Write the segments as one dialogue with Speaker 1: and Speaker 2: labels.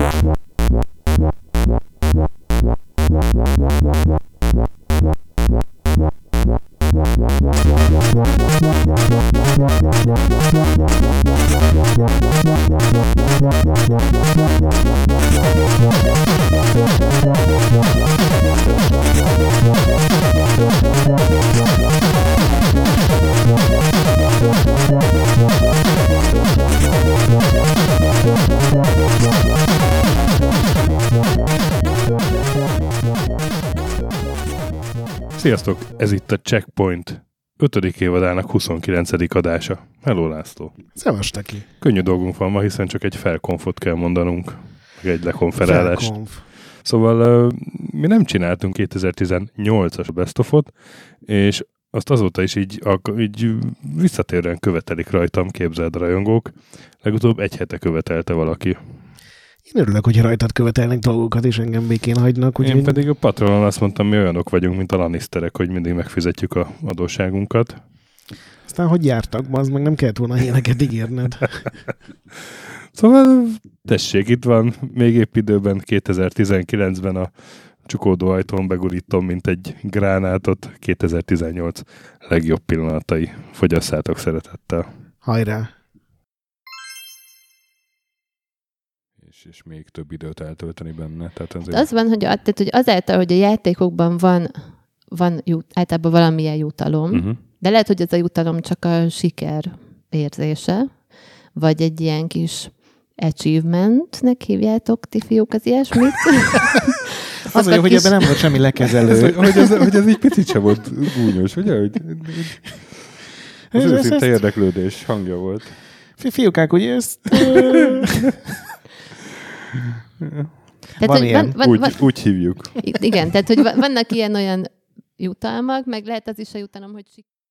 Speaker 1: Sziasztok! Ez itt a Checkpoint 5. évadának 29. adása. Hello, László!
Speaker 2: Szevasz, Teki!
Speaker 1: Könnyű dolgunk van ma, hiszen csak egy felkonfot kell mondanunk, meg egy lekonferálást. Szóval mi nem csináltunk 2018-as Best of-ot, és azt azóta is így visszatérően követelik rajtam, képzeld a rajongók. Legutóbb egy hete követelte valaki.
Speaker 2: Én örülök, hogy rajtad követelnek dolgokat, és engem békén hagynak.
Speaker 1: Én pedig a Patronon azt mondtam, mi olyanok vagyunk, mint a Lannisterek, hogy mindig megfizetjük a adósságunkat.
Speaker 2: Aztán, hogy jártak, az meg nem kellett volna ilyeneket ígérned.
Speaker 1: Szóval tessék, itt van, még épp időben 2019-ben a csukódó ajtón begurítom, mint egy gránátot. 2018 legjobb pillanatai. Fogyasszátok szeretettel.
Speaker 2: Hajrá!
Speaker 1: És még több időt eltölteni benne. Tehát
Speaker 3: az van, hogy azáltal, hogy a játékokban van általában valamilyen jutalom, de lehet, hogy ez a jutalom csak a siker érzése, vagy egy ilyen kis achievementnek hívjátok, ti fiúk, az ilyesmit.
Speaker 2: Az olyan, hogy ebben nem volt semmi lekezelő.
Speaker 1: hogy ez így picit sem volt gúnyos, ugye? Az őszinte érdeklődés hangja volt.
Speaker 2: Fiúkák, ugye ezt...
Speaker 3: Tehát,
Speaker 1: úgy hívjuk.
Speaker 3: Igen, tehát hogy vannak ilyen-olyan jutalmak, meg lehet az is a jutalom, hogy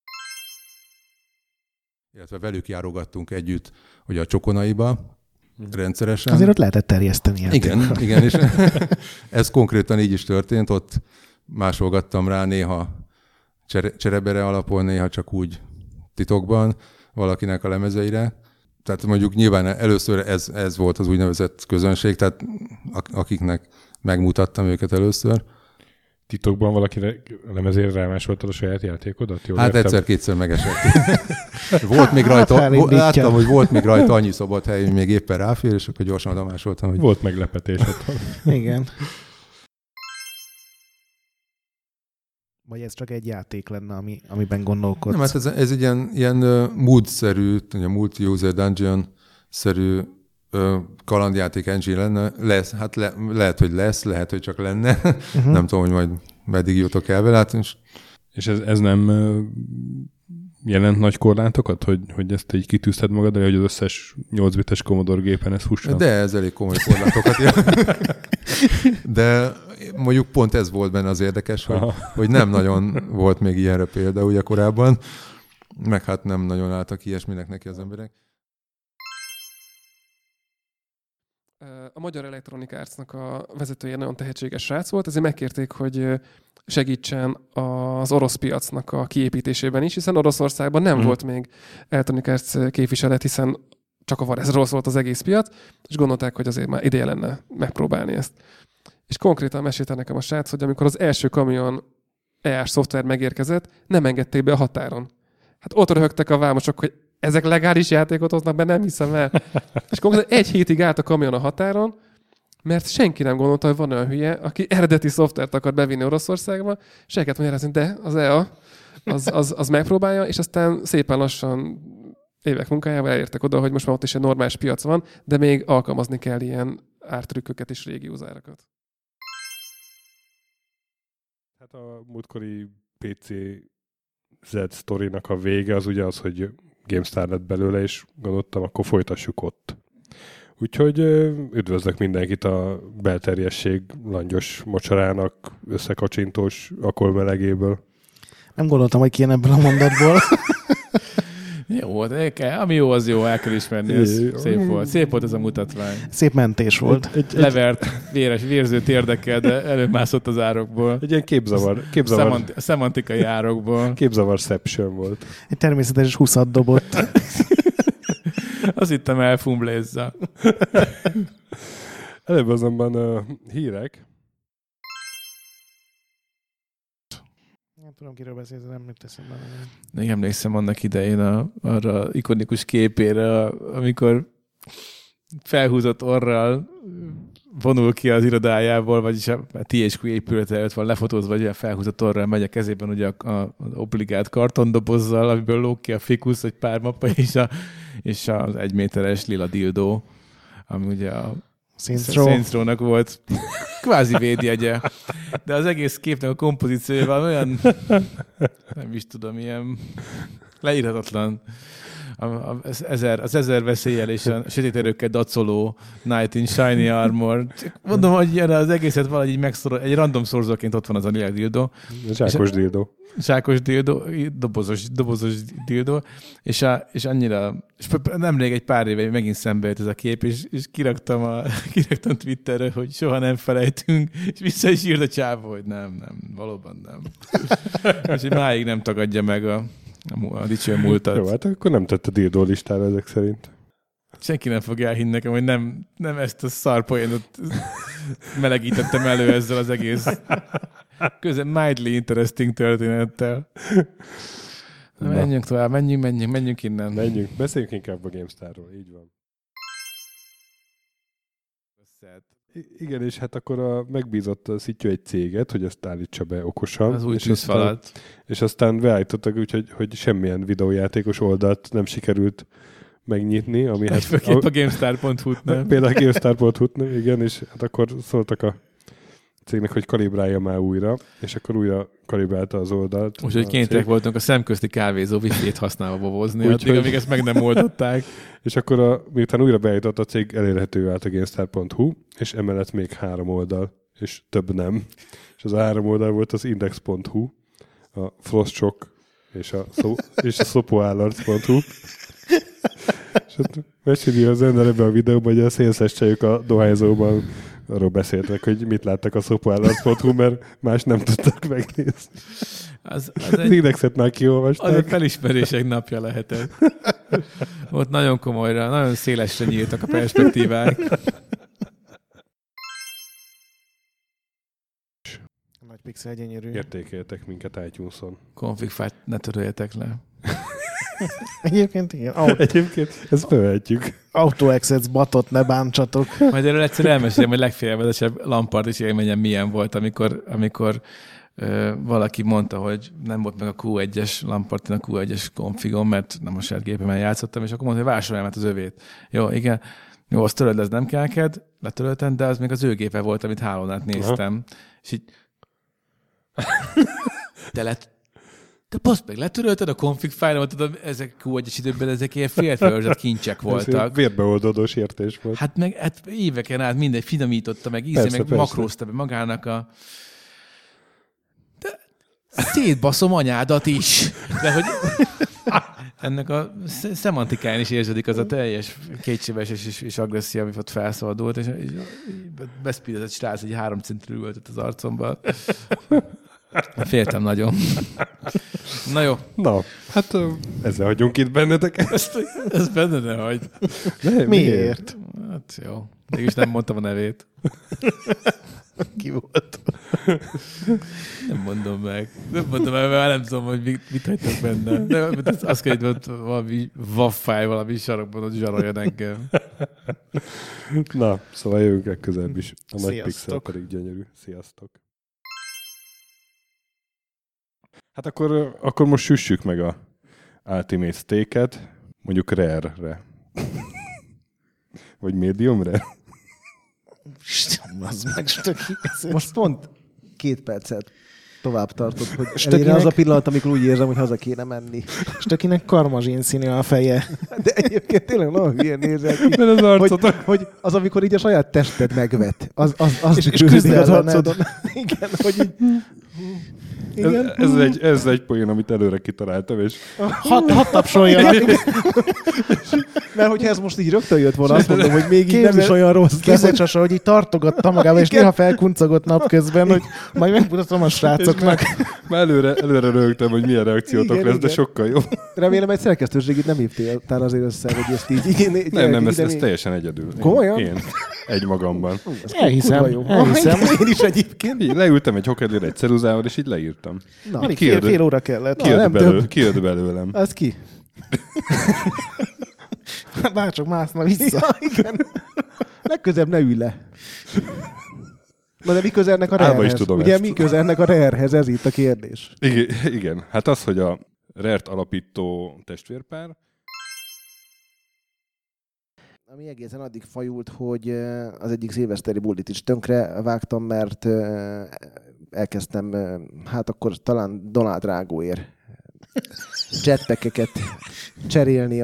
Speaker 4: illetve velük járogattunk együtt, hogy a Csokonaiba rendszeresen.
Speaker 2: Azért ott lehetett terjeszteni.
Speaker 4: Igen, és ez konkrétan így is történt, ott másolgattam rá néha cserebere alapon, néha csak úgy titokban valakinek a lemezeire. Tehát mondjuk nyilván először ez volt az úgynevezett közönség, tehát akiknek megmutattam őket először.
Speaker 1: Titokban valakire lemezére rámásoltad a saját játékodat? Jól
Speaker 4: hát egyszer-kétszer megesett. Volt még rajta, láttam, hogy volt még rajta annyi szabad hely, hogy még éppen ráfér, és akkor gyorsan oda másoltam. Hogy...
Speaker 1: Volt meglepetés otthon.
Speaker 2: Igen. Vagy ez csak egy játék lenne, amiben gondolkodsz?
Speaker 4: Nem, hát ez egy ilyen mood-szerű, multi-user dungeon-szerű kalandjáték engine lenne. Lehet, hogy lesz, lehet, hogy csak lenne. Nem tudom, hogy majd meddig jutok el vele.
Speaker 1: És ez nem jelent nagy korlátokat, hogy ezt így kitűzted magad, hogy az összes 8 bites Commodore gépen ez fusson?
Speaker 4: De ez elég komoly korlátokat jelent. De mondjuk pont ez volt benne az érdekes, hogy nem nagyon volt még ilyenre példa ugye korábban, meg hát nem nagyon álltak ilyesminek neki az emberek.
Speaker 5: A Magyar Electronic Arts-nak a vezetője nagyon tehetséges srác volt, ezért megkérték, hogy segítsen az orosz piacnak a kiépítésében is, hiszen Oroszországban nem volt még Electronic Arts képviselet, hiszen csak a Varezról szólt az egész piac, és gondolták, hogy azért már ideje lenne megpróbálni ezt. És konkrétan mesélte nekem a srác, hogy amikor az első kamion EA-s szoftver megérkezett, nem engedték be a határon. Hát ott röhögtek a vámosok, hogy ezek legális játékot hoznak be, nem hiszem el. És konkrétan egy hétig állt a kamion a határon, mert senki nem gondolta, hogy van olyan hülye, aki eredeti szoftvert akar bevinni Oroszországba, és el kellett magyarázni, de az EA az megpróbálja, és aztán szépen lassan évek munkájával elértek oda, hogy most már ott is egy normális piac van, de még alkalmazni kell ilyen ártrükköket és régi uzárakat.
Speaker 1: Hát a múltkori PC Z sztorinak a vége az ugye az, hogy GameStar lett belőle, és gondoltam, akkor folytassuk ott. Úgyhogy üdvözlök mindenkit a belterjesség langyos mocsarának, összekacsintós akolmelegéből.
Speaker 2: Nem gondoltam, hogy kijön ebből a mondatból.
Speaker 6: Jó volt, ami jó, az jó, el kell ismerni, ez szép volt. Szép volt ez a mutatvány.
Speaker 2: Szép mentés volt.
Speaker 6: Levert, vérző térdekkel, de előmászott az árokból.
Speaker 1: Egy ilyen képzavar.
Speaker 6: Szemantikai árokból.
Speaker 1: Képzavarception volt.
Speaker 2: Egy természetes 20-at dobott.
Speaker 6: Azt hittem elfumblézza.
Speaker 1: Előbb azonban hírek.
Speaker 2: Nem tudom, kiről beszélsz, nem teszem bele.
Speaker 6: Még emlékszem annak idején arra ikonikus képére, amikor felhúzott orral vonul ki az irodájából, vagyis a THQ épülete előtt van lefotózva, vagy olyan felhúzott orral megy a kezében ugye az obligát kartondobozzal, amiből lóg ki a fikusz, egy pár mappa, és az 1 méteres lila dildó, ami ugye a Saints Row-nak volt kvázi védjegye. De az egész képnek a kompozíciójával olyan, nem is tudom, ilyen leírhatatlan. Az 1000 veszéllyel és a sötét erőkkel dacoló Knight in Shiny Armor. Mondom, hogy az egészet valahogy így megszorol, egy random szorzóként ott van az a lila dildó.
Speaker 1: Zsákos dildó.
Speaker 6: Zsákos dildó, dobozos dildó, és annyira, és nemrég egy pár éve megint szembe jött ez a kép, és kiraktam Twitterre, hogy soha nem felejtünk, és vissza is írt a csávó, hogy nem, valóban nem. És máig nem tagadja meg a dicső múltat.
Speaker 1: Jó, hát akkor nem tett a dildó listára ezek szerint.
Speaker 6: Senki nem fog elhinni nekem, hogy nem ezt a szarpoénot melegítettem elő ezzel az egész mildly interesting történettel. Menjünk tovább, menjünk innen.
Speaker 1: Menjünk, beszéljünk inkább a GameStar-ról, így van. Igen, és hát akkor megbízott a Szittyó egy céget, hogy ezt állítsa be okosan.
Speaker 6: Az új tűzfalat.
Speaker 1: És aztán beállítottak úgy, hogy semmilyen videójátékos oldalt nem sikerült megnyitni. Ami hát,
Speaker 6: főképp a GameStar.hu-t nem.
Speaker 1: Például a GameStar.hu-t nem, igen, és hát akkor szóltak a cégnek, hogy kalibrálja már újra, és akkor újra kalibrálta az oldalt.
Speaker 6: Úgyhogy kénytelenek voltunk a szemközti kávézó wifi-t használva bobozni, amíg ezt meg nem oldották.
Speaker 1: És akkor miután újra beállított a cég, elérhető vált a GameStar.hu, és emellett még 3 oldal, és több nem. És az a 3 oldal volt az Index.hu, a Frostchock és a Szopoállarc.hu. És hát meséli az ember ebben a videóban, hogy a szélszes csajok a dohányzóban arról beszéltek, hogy mit láttak a Szopoállarc.hu, mert más nem tudtak megnézni. Az Indexet már kiolvasták.
Speaker 6: Az egy felismerések napja lehetett. Ott nagyon komolyra, nagyon szélesre nyíltak a perspektívák.
Speaker 2: Nagy pixel gyönyörű.
Speaker 1: Értékeltek minket iTunes-on.
Speaker 6: Config-fájt ne töröljetek le.
Speaker 2: Egyébként igen.
Speaker 1: Egyébként ezt bevehetjük.
Speaker 2: AutoAccess batot ne bántsatok.
Speaker 6: Majd erről egyszer elmesélem, hogy legfélelmetesebb Lampard is élményem milyen volt, amikor valaki mondta, hogy nem volt meg a Q1-es Lampardin a Q1-es konfigom, mert nem a saját gépemen játszottam, és akkor mondta, hogy vásárolj már az övét. Jó, igen. Jó, azt töröld, ez nem kell neked, letöröltem, de az még az ő gépe volt, amit hálón át néztem. Aha. És így... De baszd meg, letörölted a config fájlomat, ezek Q1-es időben ezek ilyen féltőrzött kincsek voltak.
Speaker 1: Ez vérbeoldódós értés volt.
Speaker 6: Hát éveken át minden finomította, meg meg makrózta be magának a... De szétbaszom anyádat is. De hogy ennek a szemantikáján is érződik az a teljes kétségbeesés és agresszió, ami ott felszabadult, és beszpídezett srác, egy 3 centről ültött az arcomba. Féltem nagyon. Na jó.
Speaker 1: Na, hát ezzel hagyunk itt benneteket.
Speaker 6: Ezt benne ne hagyd.
Speaker 2: Miért?
Speaker 6: Hát jó. Mégis nem mondtam a nevét.
Speaker 2: Ki volt?
Speaker 6: Nem mondom meg, mert már nem tudom, hogy mit hagytak benne. De azt kell, hogy valami waffáj, valami sarokban, hogy zsaroljon engem.
Speaker 1: Na, szóval jövünk legközelebb is. A nagy pixel pedig gyönyörű. Sziasztok. Hát akkor most süssük meg a Ultimate Steak-et, mondjuk rare-re. Vagy medium-re.
Speaker 2: Az meg Stöki.
Speaker 7: Most pont 2 percet tovább tartott, hogy elérje az a pillanat, amikor úgy érzem, hogy haza kéne menni.
Speaker 2: Stökinek karmazsin színű a feje.
Speaker 7: De egyébként tényleg nagyon hülyen nézel ki.
Speaker 1: Az arcodon.
Speaker 7: Hogy az, amikor így a saját tested megvet. Az
Speaker 2: és küzd az arcodon.
Speaker 7: Igen, hogy így...
Speaker 1: Ez egy poén, amit előre kitaláltam, és...
Speaker 2: Hadd tapsoljanak. Mert hogyha ez most így rögtön jött volna, azt mondom, hogy még így nem is olyan rossz.
Speaker 7: Kézzecsasa, hogy így tartogatta magával, és néha felkuncogott napközben, hogy majd megmutatom a srácoknak.
Speaker 1: Már előre rögtem, hogy milyen reakciótok lesz, de sokkal jobb.
Speaker 7: Remélem, egy szerkesztőségét nem hívtál azért össze, hogy ezt így...
Speaker 1: Nem, ez teljesen egyedül.
Speaker 7: Komolyan?
Speaker 1: Én. Egy magamban.
Speaker 7: Elhiszem. Én is egyébként.
Speaker 1: Leültem egy hokedére egy ceruzával, és így leírtam.
Speaker 7: Na, fél óra kellett.
Speaker 1: Kijött belőlem.
Speaker 7: Az ki? Bárcsak mászna vissza. Ja, igen. Legközebb ne ülj le. Na de mi közernek a RER-hez? Ugye mi közernek a RER-hez? Ez itt a kérdés.
Speaker 1: Igen. Hát az, hogy a RER-t alapító testvérpár,
Speaker 7: ami egészen addig fajult, hogy az egyik szilveszteri bulit is tönkre vágtam, mert elkezdtem, hát akkor talán Donald Rágóért jetpackeket cserélni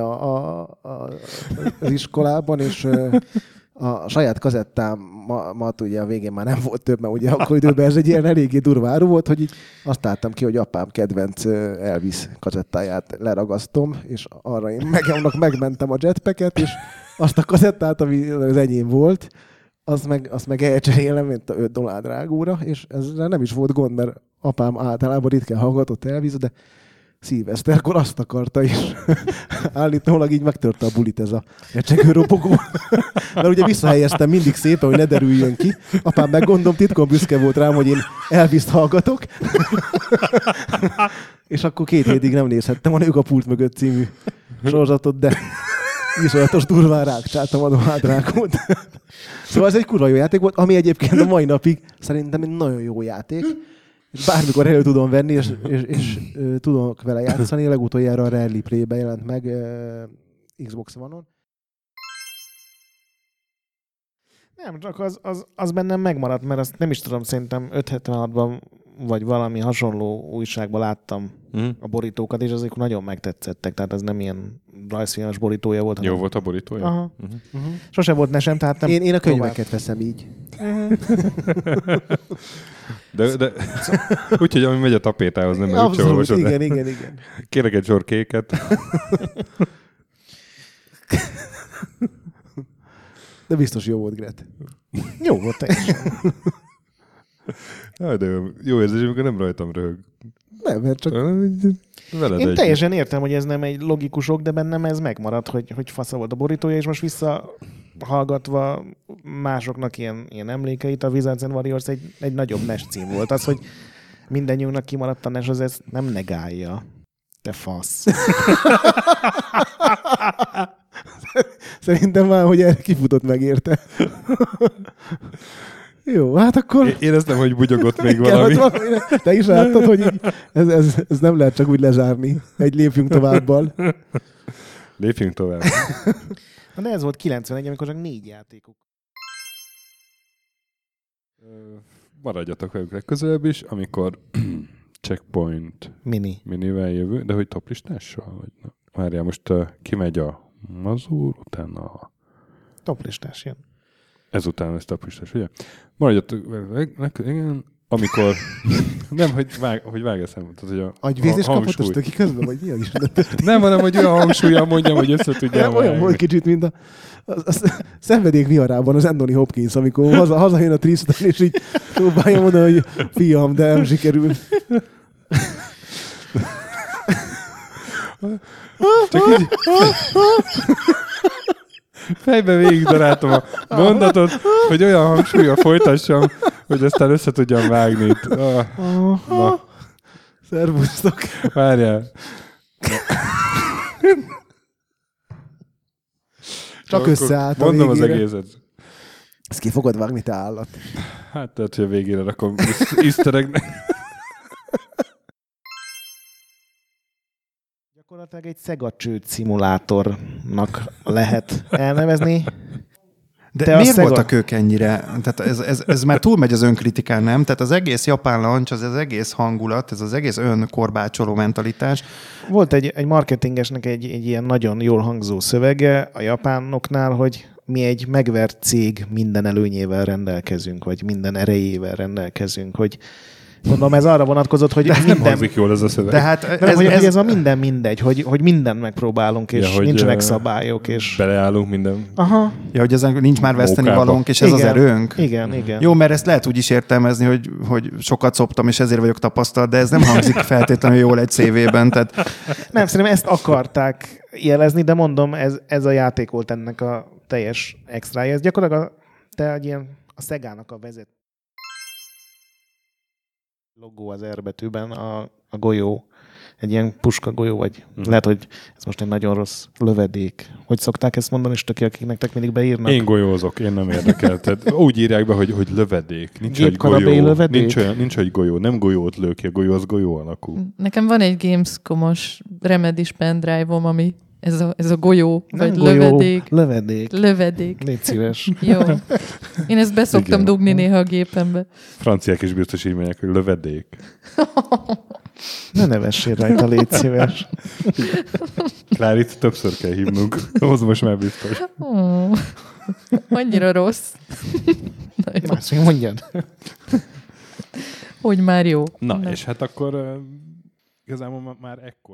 Speaker 7: az iskolában, és a saját kazettámat ugye a végén már nem volt több, mert ugye akkor időben ez egy ilyen eléggé durva áru volt, hogy így azt álltam ki, hogy apám kedvenc Elvis kazettáját leragasztom, és arra én megmentem a jetpacket, és azt a kazettát, ami az enyém volt, azt meg elcserélem, mint a $5 drágóra, és ezzel nem is volt gond, mert apám általában ritkán hallgatott Elvis, de szilveszterkor azt akarta, és állítólag így megtörte a bulit ez a recsegő robogó. Mert ugye visszahelyeztem mindig szépen, hogy ne derüljön ki. Apám meg gondolom titkon büszke volt rám, hogy én Elvis-t hallgatok. És akkor 2 hétig nem nézhettem a Nők a pult mögött című sorozatot, de iszonyatos durván rákcsáltam a Donald Rákót. Szóval ez egy kurva jó játék volt, ami egyébként a mai napig szerintem egy nagyon jó játék. És bármikor elő tudom venni, és tudok vele játszani. Legutoljára a Rally Play-be jelent meg Xbox One-on. Nem, csak az bennem megmaradt, mert azt nem is tudom, szerintem 576-ban vagy valami hasonló újságban láttam a borítókat, és azok nagyon megtetszettek, tehát ez nem ilyen rajzfilmes borítója volt.
Speaker 1: Jó volt a borítója?
Speaker 7: Aha. Sose volt nesem, tehát nem én a könyveket veszem így.
Speaker 1: De úgyhogy ami megy a tapétához, nem mert úgyse olvasod.
Speaker 7: Igen.
Speaker 1: Kérek egy sor kéket.
Speaker 7: De biztos jó volt, Gret. Jó volt teljesen.
Speaker 1: De jó érzés, amikor nem rajtam röhög.
Speaker 7: Nem, mert csak... Én teljesen értem, hogy ez nem egy logikus ok, de bennem ez megmaradt, hogy fasza volt a borítója, és most visszahallgatva másoknak ilyen emlékeit, a Wizards and Warriors egy nagyobb NES cím volt. Az, hogy mindennyiunknak kimaradt a NES, az ezt nem negálja. Te fasz. Szerintem már, hogy erre kifutott megérte. Jó, hát akkor...
Speaker 1: Éreztem, hogy bugyogott még valami.
Speaker 7: Te is láttad, hogy így, ez nem lehet csak úgy lezárni. Lépjünk továbbal.
Speaker 1: Lépjünk tovább.
Speaker 7: De ez volt 91, amikor csak 4 játékok.
Speaker 1: Maradjatok velük legközelebb is, amikor Checkpoint minivel jövő, de hogy toplistással? Vagy nem? Várjál, most kimegy a Mazur, utána a...
Speaker 7: Toplistás jön.
Speaker 1: Ezután ez toplistás, ugye? Maradjatok velük, igen, amikor... nem, hogy vág eszem.
Speaker 7: Agyvíz és kapott ösztök ki közben, vagy mi a is?
Speaker 1: Nem, hanem, hogy olyan hangsúlyan mondjam, hogy össze tudjam.
Speaker 7: Olyan volt kicsit, mint a szenvedék viharában az Anthony Hopkins, amikor hazajön a Tristan, és így próbálja mondani, hogy fiam, de nem sikerül.
Speaker 1: Csak így... Fejben végigdaráltam a mondatot, hogy olyan hangsúlyan folytassam, hogy aztán össze tudjam vágni itt. Na.
Speaker 7: Szervusztok.
Speaker 1: Várjál.
Speaker 7: Csak összeállt a
Speaker 1: mondom
Speaker 7: végére.
Speaker 1: Az egészet.
Speaker 7: Ezt ki fogod vágni, te állat?
Speaker 1: Hát tehát, hogy a végére rakom easter egg-nek.
Speaker 7: Gyakorlatilag egy Sega csőd szimulátornak lehet elnevezni.
Speaker 8: De miért voltak ők ennyire? Tehát ez már túlmegy az önkritikán, nem? Tehát az egész japán launch, az egész hangulat, ez az egész önkorbácsoló mentalitás.
Speaker 7: Volt egy marketingesnek egy ilyen nagyon jól hangzó szövege a japánoknál, hogy mi egy megvert cég minden előnyével rendelkezünk, vagy minden erejével rendelkezünk, hogy
Speaker 2: Gondolom ez arra vonatkozott, hogy
Speaker 1: minden... Nem hangzik jól ez a szöveg.
Speaker 2: Tehát ez a minden mindegy, hogy mindent megpróbálunk, és
Speaker 1: ja,
Speaker 2: nincsenek szabályok. És...
Speaker 1: Beleállunk minden.
Speaker 2: Aha.
Speaker 8: Ja, hogy ezen nincs már vesztenivalónk, és ez az erőnk.
Speaker 2: Igen.
Speaker 8: Jó, mert ezt lehet úgy is értelmezni, hogy sokat szoptam, és ezért vagyok tapasztalt, de ez nem hangzik feltétlenül jól egy CV-ben. Tehát...
Speaker 2: Nem, szerintem ezt akarták jelezni, de mondom, ez a játék volt ennek a teljes extrája. Ez gyakorlatilag a Szegának a vezet logó az R betűben, a golyó, egy ilyen puska golyó, vagy lehet, hogy ez most egy nagyon rossz lövedék. Hogy szokták ezt mondani, és akik nektek mindig beírnak?
Speaker 1: Én golyózok, én nem érdekel. Tehát úgy írják be, hogy lövedék. Nincs egy golyó.
Speaker 2: Lövedék?
Speaker 1: Nincs egy golyó. Nem golyót lő ki, a golyó az golyó alakú.
Speaker 9: Nekem van egy Gamescom-os Remedis pendrive-om, ami ez a golyó,
Speaker 2: nem
Speaker 9: vagy
Speaker 2: golyó,
Speaker 9: lövedék.
Speaker 2: Légy szíves.
Speaker 9: Jó. Én ezt beszoktam dugni néha a gépembe.
Speaker 1: Franciák is biztos így mondják, hogy lövedék.
Speaker 2: Ne nevessél rajta, légy szíves.
Speaker 1: Klárit többször kell hívnunk. Ahhoz most már biztos.
Speaker 9: Annyira rossz.
Speaker 2: Azt még mondjad.
Speaker 9: Hogy már jó.
Speaker 1: Na. És hát akkor igazából már ekkor.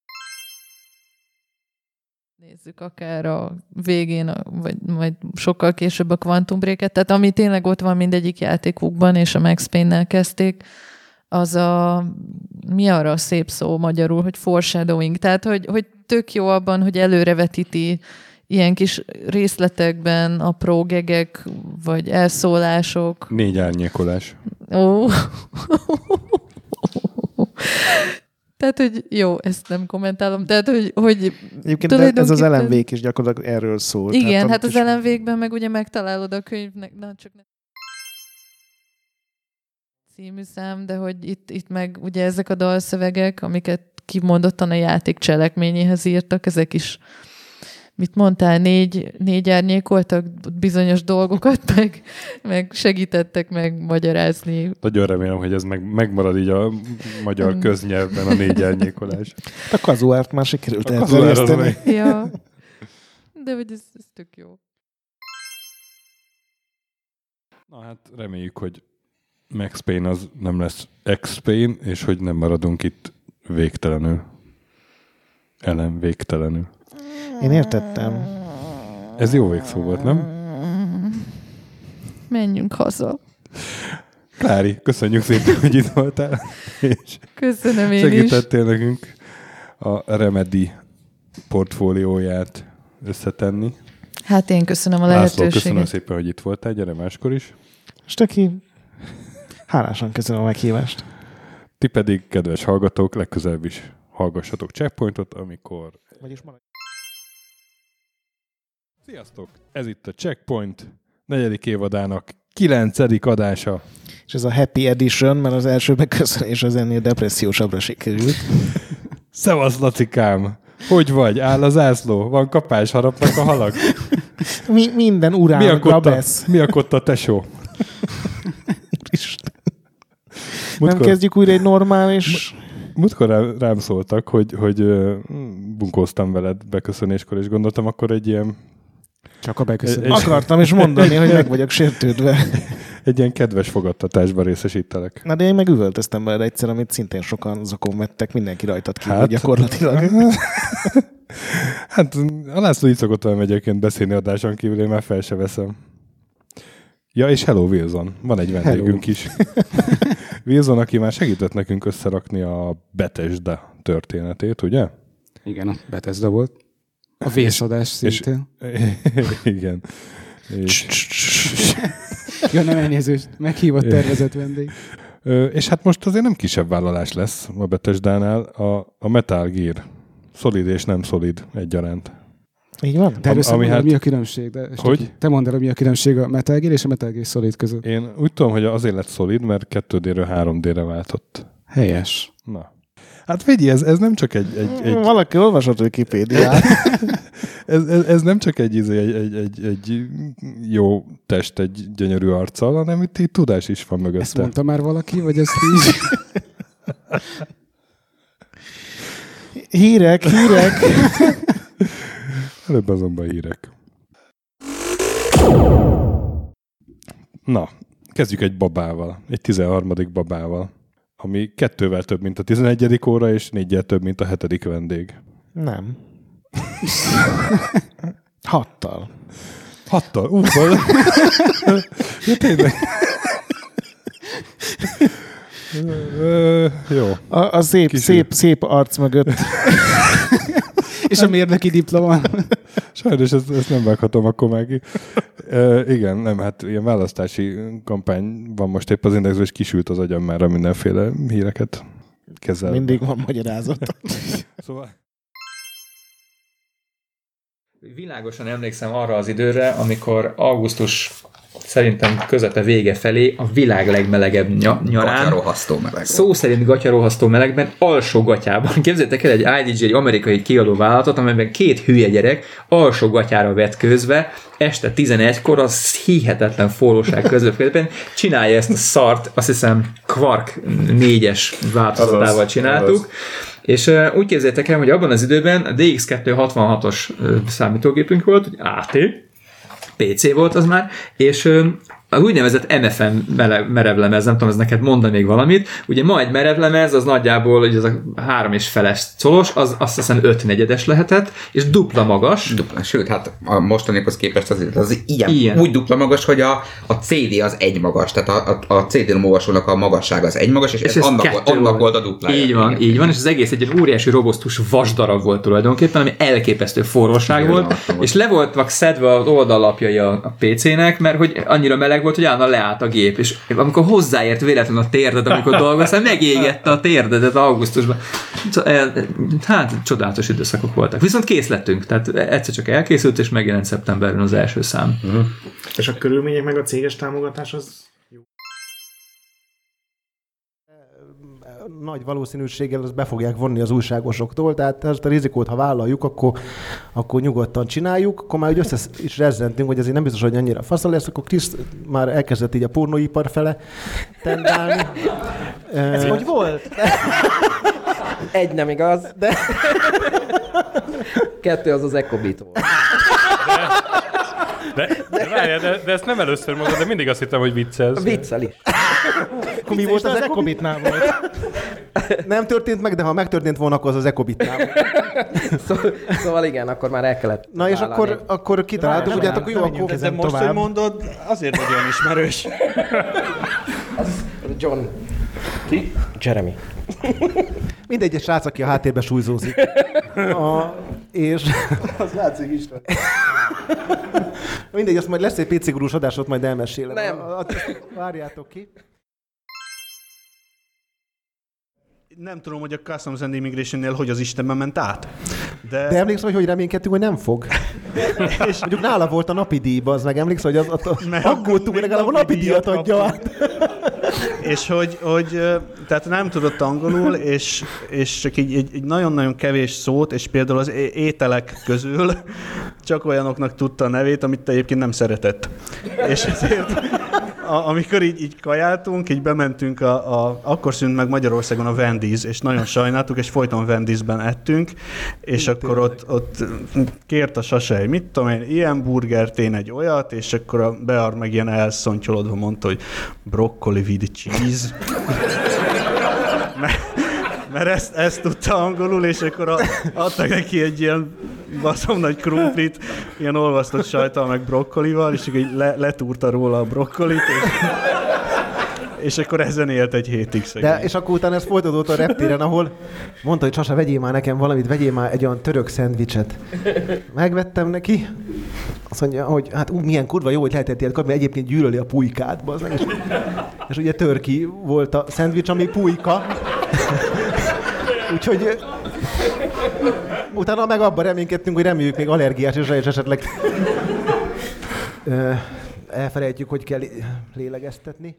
Speaker 9: Nézzük akár a végén, vagy majd sokkal később a Quantum Break-et. Tehát ami tényleg ott van mindegyik játékukban, és a Max Payne-nel kezdték, az mi arra a szép szó magyarul, hogy foreshadowing. Tehát, hogy tök jó abban, hogy előrevetíti ilyen kis részletekben apró gegek, vagy elszólások.
Speaker 1: 4 árnyékolás.
Speaker 9: Ó. Tehát, hogy jó, ezt nem kommentálom. Tehát, hogy
Speaker 2: egyébként ez az LMV-k is gyakorlatilag erről szól.
Speaker 9: Igen, hát az LMV-kben meg ugye megtalálod a könyvnek, csak nem című szám, de hogy itt meg ugye ezek a dalszövegek, amiket kimondottan a játék cselekményéhez írtak, ezek is, mit mondtál, 4 árnyékoltak bizonyos dolgokat, meg segítettek megmagyarázni.
Speaker 1: Nagyon remélem, hogy ez megmarad így a magyar köznyelvben a 4 árnyékolás.
Speaker 2: A kazuárt már sikerült elterjeszteni.
Speaker 9: Ja. De hogy ez tök jó.
Speaker 1: Na hát reméljük, hogy Max Payne az nem lesz X-Payne, és hogy nem maradunk itt végtelenül. Végtelenül.
Speaker 2: Én értettem.
Speaker 1: Ez jó végszó volt, nem?
Speaker 9: Menjünk haza.
Speaker 1: Klári, köszönjük szépen, hogy itt voltál. És
Speaker 9: köszönöm én
Speaker 1: segítettél nekünk a Remedy portfólióját összetenni.
Speaker 9: Hát én köszönöm a lehetőséget.
Speaker 1: László, köszönöm szépen, hogy itt voltál. Gyere máskor is.
Speaker 2: Stöki, hálásan köszönöm a meghívást.
Speaker 1: Ti pedig, kedves hallgatók, legközelebb is hallgassatok Checkpointot, amikor... Sziasztok! Ez itt a Checkpoint 4. évadának 9. adása.
Speaker 2: És ez a Happy Edition, mert az első megköszönés az ennél depressziósabbra sikerült.
Speaker 1: Szevasz, Lacikám! Hogy vagy? Áll a zászló? Van kapás? Harapnak a halak?
Speaker 2: Minden urán, grabesz.
Speaker 1: Mi a kotta, tesó?
Speaker 2: Nem kezdjük újra egy normális...
Speaker 1: Múltkor rám szóltak, hogy bunkóztam veled beköszönéskor, és gondoltam, akkor egy ilyen...
Speaker 2: Csak a beköszönés. Akartam is mondani, hogy meg vagyok sértődve.
Speaker 1: Egy ilyen kedves fogadtatásban részesítelek.
Speaker 2: Na de én meg üvöltöztem veled egyszer, amit szintén sokan zokon vettek, mindenki rajtad kívül gyakorlatilag.
Speaker 1: Hát a László így szokott velem egyébként beszélni adáson kívül, én már fel se veszem. Ja, és hello Wilson, van egy vendégünk is. Wilson, aki már segített nekünk összerakni a Bethesda történetét, ugye?
Speaker 10: Igen, a Bethesda volt. A vészadás szintén.
Speaker 1: Igen.
Speaker 10: Ja, nem elnézést, meghívott tervezett vendég.
Speaker 1: És hát most azért nem kisebb vállalás lesz a Bethesdánál, a Metal Gear. Szolid és nem szolid egyaránt.
Speaker 2: Így van?
Speaker 10: Te először mi a különbség? De
Speaker 1: hogy?
Speaker 10: Te mondd el, mi a különbség a Metal Gear és a Metal Gear Solid között.
Speaker 1: Én úgy tudom, hogy azért lett szolid, mert 2D-ről 3D-re váltott.
Speaker 10: Helyes.
Speaker 1: Na. Hát figyelj, ez nem csak egy...
Speaker 2: Valaki olvasott Wikipédiát.
Speaker 1: ez nem csak egy jó test, egy gyönyörű arccal, hanem itt tudás is van mögötte.
Speaker 10: Ezt mondta már valaki, vagy ezt így?
Speaker 2: Hírek.
Speaker 1: Előbb azonban hírek. Na, kezdjük egy babával. Egy 13. babával. ami 2-vel több, mint a 11. óra, és 4-jel több, mint a 7. vendég.
Speaker 2: Nem. 6-tal.
Speaker 1: 6-tal? Útból. Ja, tényleg. Jó.
Speaker 2: A szép arc mögött.
Speaker 11: És a mérnöki diploma.
Speaker 1: Sajnos ezt nem vághatom akkor már ki. Igen, nem, hát ilyen választási kampány van most épp az Indexben, és kisült az agyam már a mindenféle híreket kezel.
Speaker 2: Mindig van magyarázat.
Speaker 1: Szóval...
Speaker 12: Világosan emlékszem arra az időre, amikor augusztus szerintem közepe vége felé a világ legmelegebb nyarán.
Speaker 13: Gatyarohasztó meleg.
Speaker 12: Szó szerint gatyarohasztó melegben, alsó gatyában. Képzeljétek el egy IDG, egy amerikai kiadó vállalatot, amelyben 2 hülye gyerek alsó gatyára vetkőzve este 11-kor az hihetetlen forróság közepén csinálja ezt a szart, azt hiszem Quark 4-es változatával csináltuk. És úgy képzeljétek el, hogy abban az időben a DX266-os számítógépünk volt, AT, PC volt az már, és az úgynevezett MFM merevlemez, nem tudom, ez neked mondani még valamit. Ugye ma egy merevlemez, az nagyjából ugye az a 3,5-es colos, az azt hiszem 5/4-es lehetett, és dupla magas.
Speaker 13: Dupla, sőt, hát a mostanikhoz képest az ilyen. Úgy dupla magas, hogy a CD az egy magas, tehát a CD-n olvasónak a magasság az egy magas, és ez annak volt a duplája.
Speaker 12: Így van, és az egész egy óriási robosztus vasdarab volt tulajdonképpen, ami elképesztő forróság volt, és le voltak szedve az oldallapjai a PC-nek, mert hogy annyira meleg volt, hogy állandóan leállt a gép, és amikor hozzáért véletlenül a térded, amikor dolgoztál, megégette a térdedet augusztusban. Hát csodálatos időszakok voltak. Viszont kész lettünk, tehát egyszer csak elkészült, és megjelent szeptemberben az első szám.
Speaker 14: És a körülmények meg a céges támogatás az jó?
Speaker 7: Nagy valószínűséggel ezt be fogják vonni az újságosoktól, tehát ezt a rizikót, ha vállaljuk, akkor nyugodtan csináljuk, akkor már úgy össze is rezzentünk, hogy azért nem biztos, hogy annyira faszal lesz, akkor Krisz már elkezdett így a pornóipar fele tendálni.
Speaker 14: Ez hogy volt?
Speaker 15: Egy nem igaz, de 2 az Ecobit volt.
Speaker 1: De ezt nem először mondod, de mindig azt hittem, hogy viccelsz.
Speaker 15: Viccel is.
Speaker 2: Akkor mi volt az Ecobitnál volt?
Speaker 7: Nem történt meg, de ha megtörtént volna, akkor az Ecobitnál volt.
Speaker 15: Szóval igen, akkor már el kellett.
Speaker 7: Na és akkor kitaláltuk, hogy hát akkor jó, akkor
Speaker 14: de most, hogy mondod, azért nagyon ismerős.
Speaker 15: John.
Speaker 14: Ki?
Speaker 15: Jeremy.
Speaker 7: Mindegy, egy srác, aki a háttérbe súlyzózik. És...
Speaker 14: Az látszik is.
Speaker 7: Mindegy, azt majd lesz egy PC Gurús adásot, majd elmesélem.
Speaker 15: Nem.
Speaker 7: Várjátok ki.
Speaker 14: Nem tudom, hogy a Customs and Immigration-nél hogy az Istenben ment át.
Speaker 7: De emlékszem, hogy reménykedtünk, hogy nem fog. És mondjuk nála volt a napi díjban, az meg emlékszem, hogy aggódtunk, hogy legalább a napi díjat adja át.
Speaker 14: És hogy tehát nem tudott angolul, és csak egy nagyon-nagyon kevés szót, és például az ételek közül csak olyanoknak tudta a nevét, amit egyébként nem szeretett. És ezért amikor így kajáltunk, így bementünk, akkor szűnt meg Magyarországon a Wendy's, és nagyon sajnáltuk, és folyton Wendy'sben ettünk, és akkor ott kért a Sasej, mit tudom én, ilyen burgert, én egy olyat, és akkor a Bear meg ilyen elszontyolodva mondta, hogy broccoli with cheese. Mert ezt tudta angolul, és akkor adtak neki egy ilyen baszom nagy krumplit, ilyen olvasztott sajttal, meg brokkolival, és így letúrta róla a brokkolit, és akkor ezen élt egy hétig szegény.
Speaker 7: És akkor utána ez folytatódott a reptéren, ahol mondta, hogy Sasa, vegyél már nekem valamit, vegyél már egy olyan török szendvicset. Megvettem neki, azt mondja, hogy hát milyen kurva jó, hogy lehetett ilyet kapni, mert egyébként gyűlöli a pulykát. És ugye törki volt a szendvics, ami pulyka. Úgyhogy utána meg abban reménykedtünk, hogy reméljük még allergiás, és esetleg elfelejtjük, hogy kell lélegeztetni.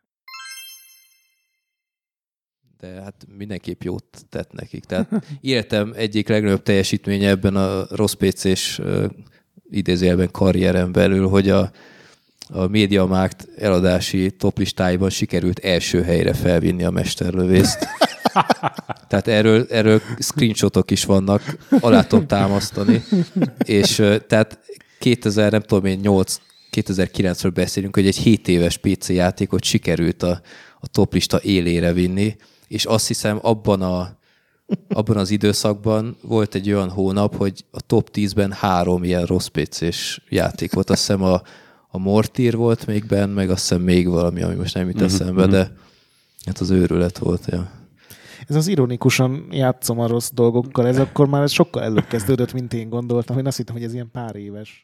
Speaker 16: De hát mindenképp jót tett nekik. Tehát életem egyik legnagyobb teljesítménye ebben a rossz PC-s idézőjelben karrieren belül, hogy a MediaMarkt eladási toplistáiban sikerült első helyre felvinni a mesterlövészt. Tehát erről screenshotok is vannak, alá tudom támasztani. És tehát 2008 2009-ről beszélünk, hogy egy 7 éves PC játékot sikerült a toplista élére vinni, és azt hiszem abban az időszakban volt egy olyan hónap, hogy a top 10-ben 3 ilyen rossz PC-s játék volt. Azt hiszem a Mortír volt még benne, meg azt hiszem még valami, ami most nem jut eszembe, de hát az őrület volt. Ja.
Speaker 2: Ez az ironikusan játszom a rossz dolgokkal, ez akkor már sokkal előbb kezdődött, mint én gondoltam. Én azt hittem, hogy ez ilyen pár éves.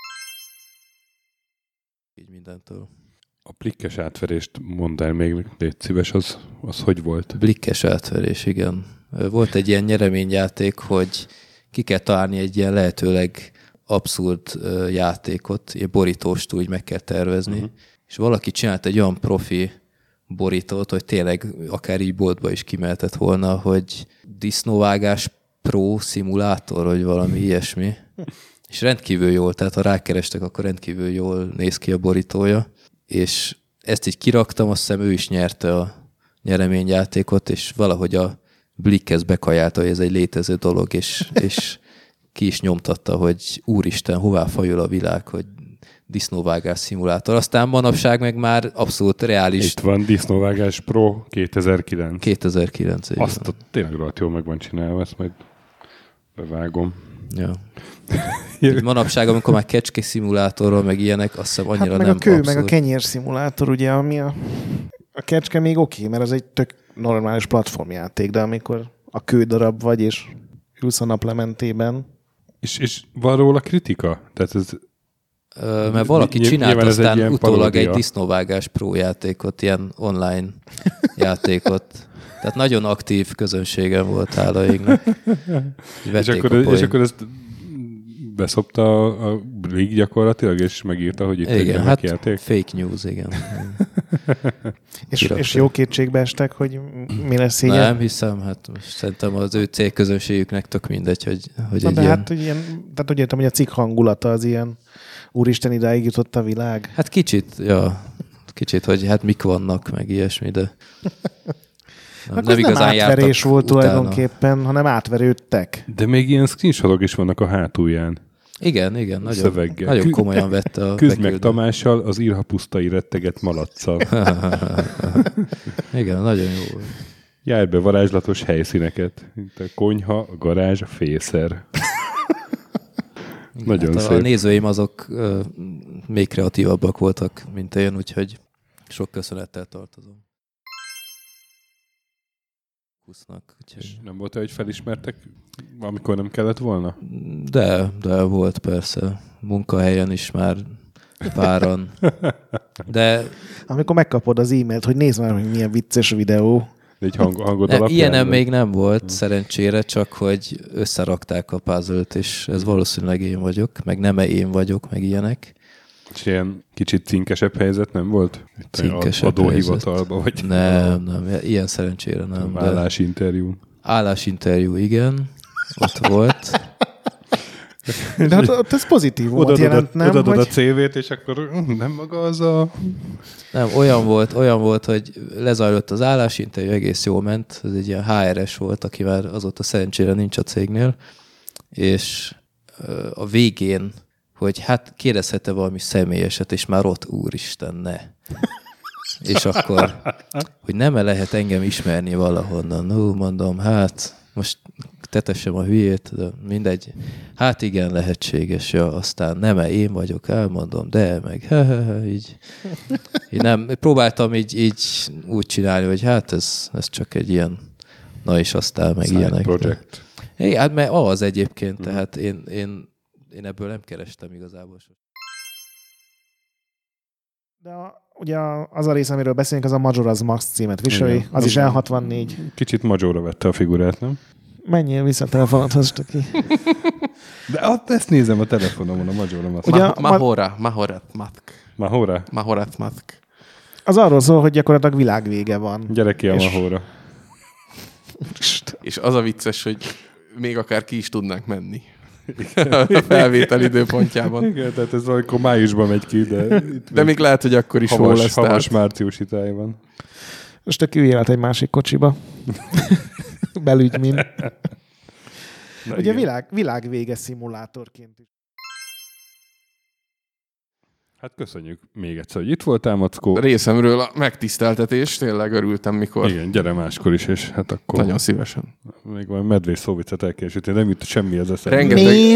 Speaker 16: Így mindentől.
Speaker 1: A blikkes átverést mondd el még, légy szíves, az hogy volt?
Speaker 16: Blikkes átverés, igen. Volt egy ilyen nyereményjáték, hogy ki kell találni egy ilyen lehetőleg abszurd játékot, ilyen borítóst úgy meg kell tervezni, és valaki csinált egy olyan profi borítót, hogy tényleg akár így boltba is kimehetett volna, hogy disznóvágás pro szimulátor, vagy valami ilyesmi. És rendkívül jól, tehát ha rákerestek, akkor rendkívül jól néz ki a borítója. És ezt így kiraktam, azt hiszem ő is nyerte a nyereményjátékot, és valahogy a Blikkhez bekajálta, hogy ez egy létező dolog, és ki is nyomtatta, hogy úristen, hová fajul a világ, hogy disznóvágás szimulátor. Aztán manapság meg már abszolút reális.
Speaker 1: Itt van Disznóvágás Pro 2009.
Speaker 16: 2009.
Speaker 1: Azt tényleg rohadt jól meg van csinálva, ezt majd bevágom.
Speaker 16: Ja. Így manapság, amikor már kecske szimulátorról, meg ilyenek, azt hiszem annyira
Speaker 2: hát meg
Speaker 16: nem
Speaker 2: a kő,
Speaker 16: abszolút.
Speaker 2: meg a kenyér szimulátor, ugye, ami a kecske még oké, mert az egy tök normális platformjáték, de amikor a kődarab vagy, és ülsz a naplementében.
Speaker 1: És van róla kritika? Tehát ez...
Speaker 16: mert valaki csinált aztán utólag egy disznóvágás pro játékot, ilyen online játékot. Tehát nagyon aktív közönségem volt, hála égnek.
Speaker 1: És akkor ezt beszopta a Blig gyakorlatilag, és megírta, hogy itt
Speaker 16: igen,
Speaker 1: egy
Speaker 16: hát
Speaker 1: játék?
Speaker 16: Fake news, igen.
Speaker 2: és jó kétségbe estek, hogy mi lesz így?
Speaker 16: Nem hiszem, hát szerintem az ő célközönségüknek tök mindegy, hogy
Speaker 2: na,
Speaker 16: egy
Speaker 2: de
Speaker 16: ilyen...
Speaker 2: hát tehát úgy értem, hogy a cikk hangulata az ilyen úristen, idáig jutott a világ.
Speaker 16: Hát kicsit, hogy hát mik vannak, meg ilyesmi, de...
Speaker 2: Nem igazán átverés volt tulajdonképpen, hanem átverődtek.
Speaker 1: De még ilyen screenshotok is vannak a hátulján.
Speaker 16: Igen, nagyon komolyan vette a
Speaker 1: Küzd meg Tamással, az írhapusztai retteget malacccal.
Speaker 16: Igen, nagyon jó.
Speaker 1: Járj be varázslatos helyszíneket. Mint a konyha, a garázs, a fészer. Nagyon
Speaker 16: hát
Speaker 1: szép.
Speaker 16: A nézőim azok még kreatívabbak voltak, mint én, úgyhogy sok köszönettel tartozom.
Speaker 1: És nem volt, hogy felismertek, amikor nem kellett volna?
Speaker 16: De volt persze. Munkahelyen is már páran. De...
Speaker 2: Amikor megkapod az e-mailt, hogy nézd már, hogy milyen vicces videó.
Speaker 1: Egy hangod alapján?
Speaker 16: Ilyenem még nem volt, szerencsére, csak hogy összerakták a puzzle-t, és ez valószínűleg én vagyok, meg nem én vagyok, meg ilyenek.
Speaker 1: És ilyen kicsit cinkesebb helyzet nem volt?
Speaker 16: Cinkesebb
Speaker 1: adóhivatalba, vagy...
Speaker 16: Nem, ilyen szerencsére nem.
Speaker 1: Állásinterjú.
Speaker 16: Állásinterjú, igen. Ott volt.
Speaker 2: De hát ott ez pozitívumot jelent, nem?
Speaker 1: Odadod a CV-t, és akkor nem maga az a...
Speaker 16: Nem, olyan volt, hogy lezajlott az állásinterjú, egész jól ment. Ez egy ilyen HR-es volt, aki már azóta szerencsére nincs a cégnél. És a végén, hogy hát kérdezhet-e valami személyeset, és már ott úristen, ne. És akkor, hogy nem-e lehet engem ismerni valahonnan. No, mondom, hát most tetessem a hülyét, de mindegy. Hát igen, lehetséges, ja, aztán nem-e én vagyok, elmondom, de meg így. Én nem, próbáltam így úgy csinálni, hogy hát ez csak egy ilyen, na és aztán meg
Speaker 1: side
Speaker 16: ilyenek.
Speaker 1: project.
Speaker 16: Hát mert az egyébként, tehát én ebből nem kerestem igazából.
Speaker 2: De ugye az a rész, amiről beszélünk, az a Majora's Mask címet viseli, igen. Az is L64.
Speaker 1: Kicsit Majora vette a figurát, nem?
Speaker 2: Menjél vissza a telefonodhoz, ki.
Speaker 1: De ezt nézem a telefonomon, a Majora Mask.
Speaker 10: Majora's Mask.
Speaker 2: Az arról szól, hogy gyakorlatilag világvége van.
Speaker 1: Gyere ki a Mahóra.
Speaker 10: És az a vicces, hogy még akár ki is tudnánk menni. A felvétel időpontjában.
Speaker 1: Igen, tehát ez valamikor májusban megy ki, de
Speaker 10: még lehet, hogy akkor is hol lesz.
Speaker 1: Havas márciusi tájban.
Speaker 2: Most te üljél át egy másik kocsiba. Belügymin. Ugye világvége szimulátorként is.
Speaker 1: Hát köszönjük még egyszer, hogy itt voltál, Mackó.
Speaker 10: Részemről a megtiszteltetés, tényleg örültem, mikor...
Speaker 1: Igen, gyere máskor is, és hát akkor...
Speaker 10: Nagyon szívesen.
Speaker 1: Még van medvés szóvicet el kell sütni, nem jut semmi az eszembe.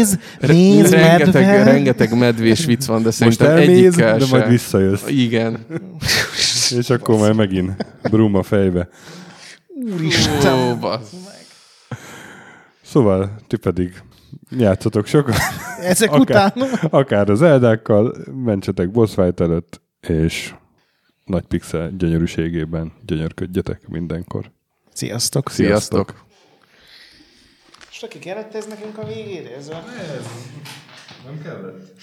Speaker 10: Rengeteg medvés vicc van, de szerintem egyikkel
Speaker 1: de majd visszajössz.
Speaker 10: Igen.
Speaker 1: És akkor majd megint brum a fejbe.
Speaker 10: Úristen!
Speaker 1: Szóval, ti pedig játszatok sokat.
Speaker 2: Ezek után.
Speaker 1: Akár az Eldákkal, mentsetek boss fight előtt, és nagy pixel gyönyörűségében gyönyörködjetek mindenkor.
Speaker 2: Sziasztok!
Speaker 10: Sziasztok!
Speaker 2: És aki kellett ez nekünk a végére? Ez
Speaker 1: nem kellett.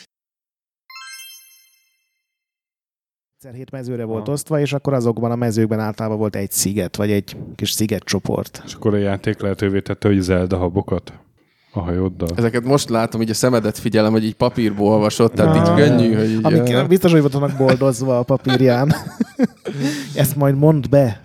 Speaker 2: 7 mezőre volt osztva, és akkor azokban a mezőkben általában volt egy sziget, vagy egy kis szigetcsoport.
Speaker 1: És akkor a játék lehetővé tette, hogy Zelda habokat a hajóddal.
Speaker 10: Ezeket most látom, így a szemedet figyelem, hogy így papírból olvasott, tehát így könnyű, hogy így...
Speaker 2: Amik biztos, hogy vannak boldozva a papírján. Ezt majd mondd be.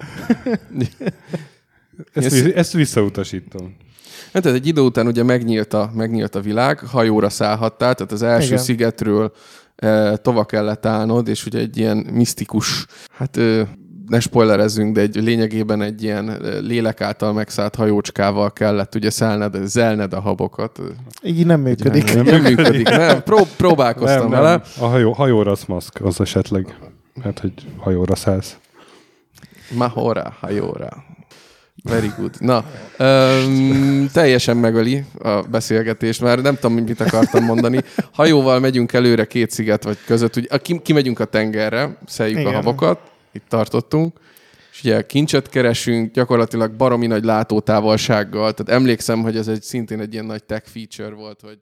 Speaker 1: Ezt visszautasítom.
Speaker 10: Hát egy idő után ugye megnyílt a világ, hajóra szállhattál, tehát az első szigetről tova kellett állnod, és ugye egy ilyen misztikus, hát ne spoilerezzünk, de lényegében egy ilyen lélek által megszállt hajócskával kellett ugye zelned a habokat.
Speaker 2: Így nem működik.
Speaker 10: Nem működik, nem. Próbálkoztam vele.
Speaker 1: A hajóra az maszk, az esetleg. Hát, hogy hajóra szállsz.
Speaker 10: Mahora, hajóra. Very good. Na, teljesen megöli a beszélgetést, már nem tudom, mit akartam mondani. Hajóval megyünk előre 2 sziget vagy között, ugye kimegyünk a tengerre, szeljük a habokat, itt tartottunk, és ugye kincset keresünk, gyakorlatilag baromi nagy látótávolsággal, tehát emlékszem, hogy ez szintén egy ilyen nagy tech feature volt, hogy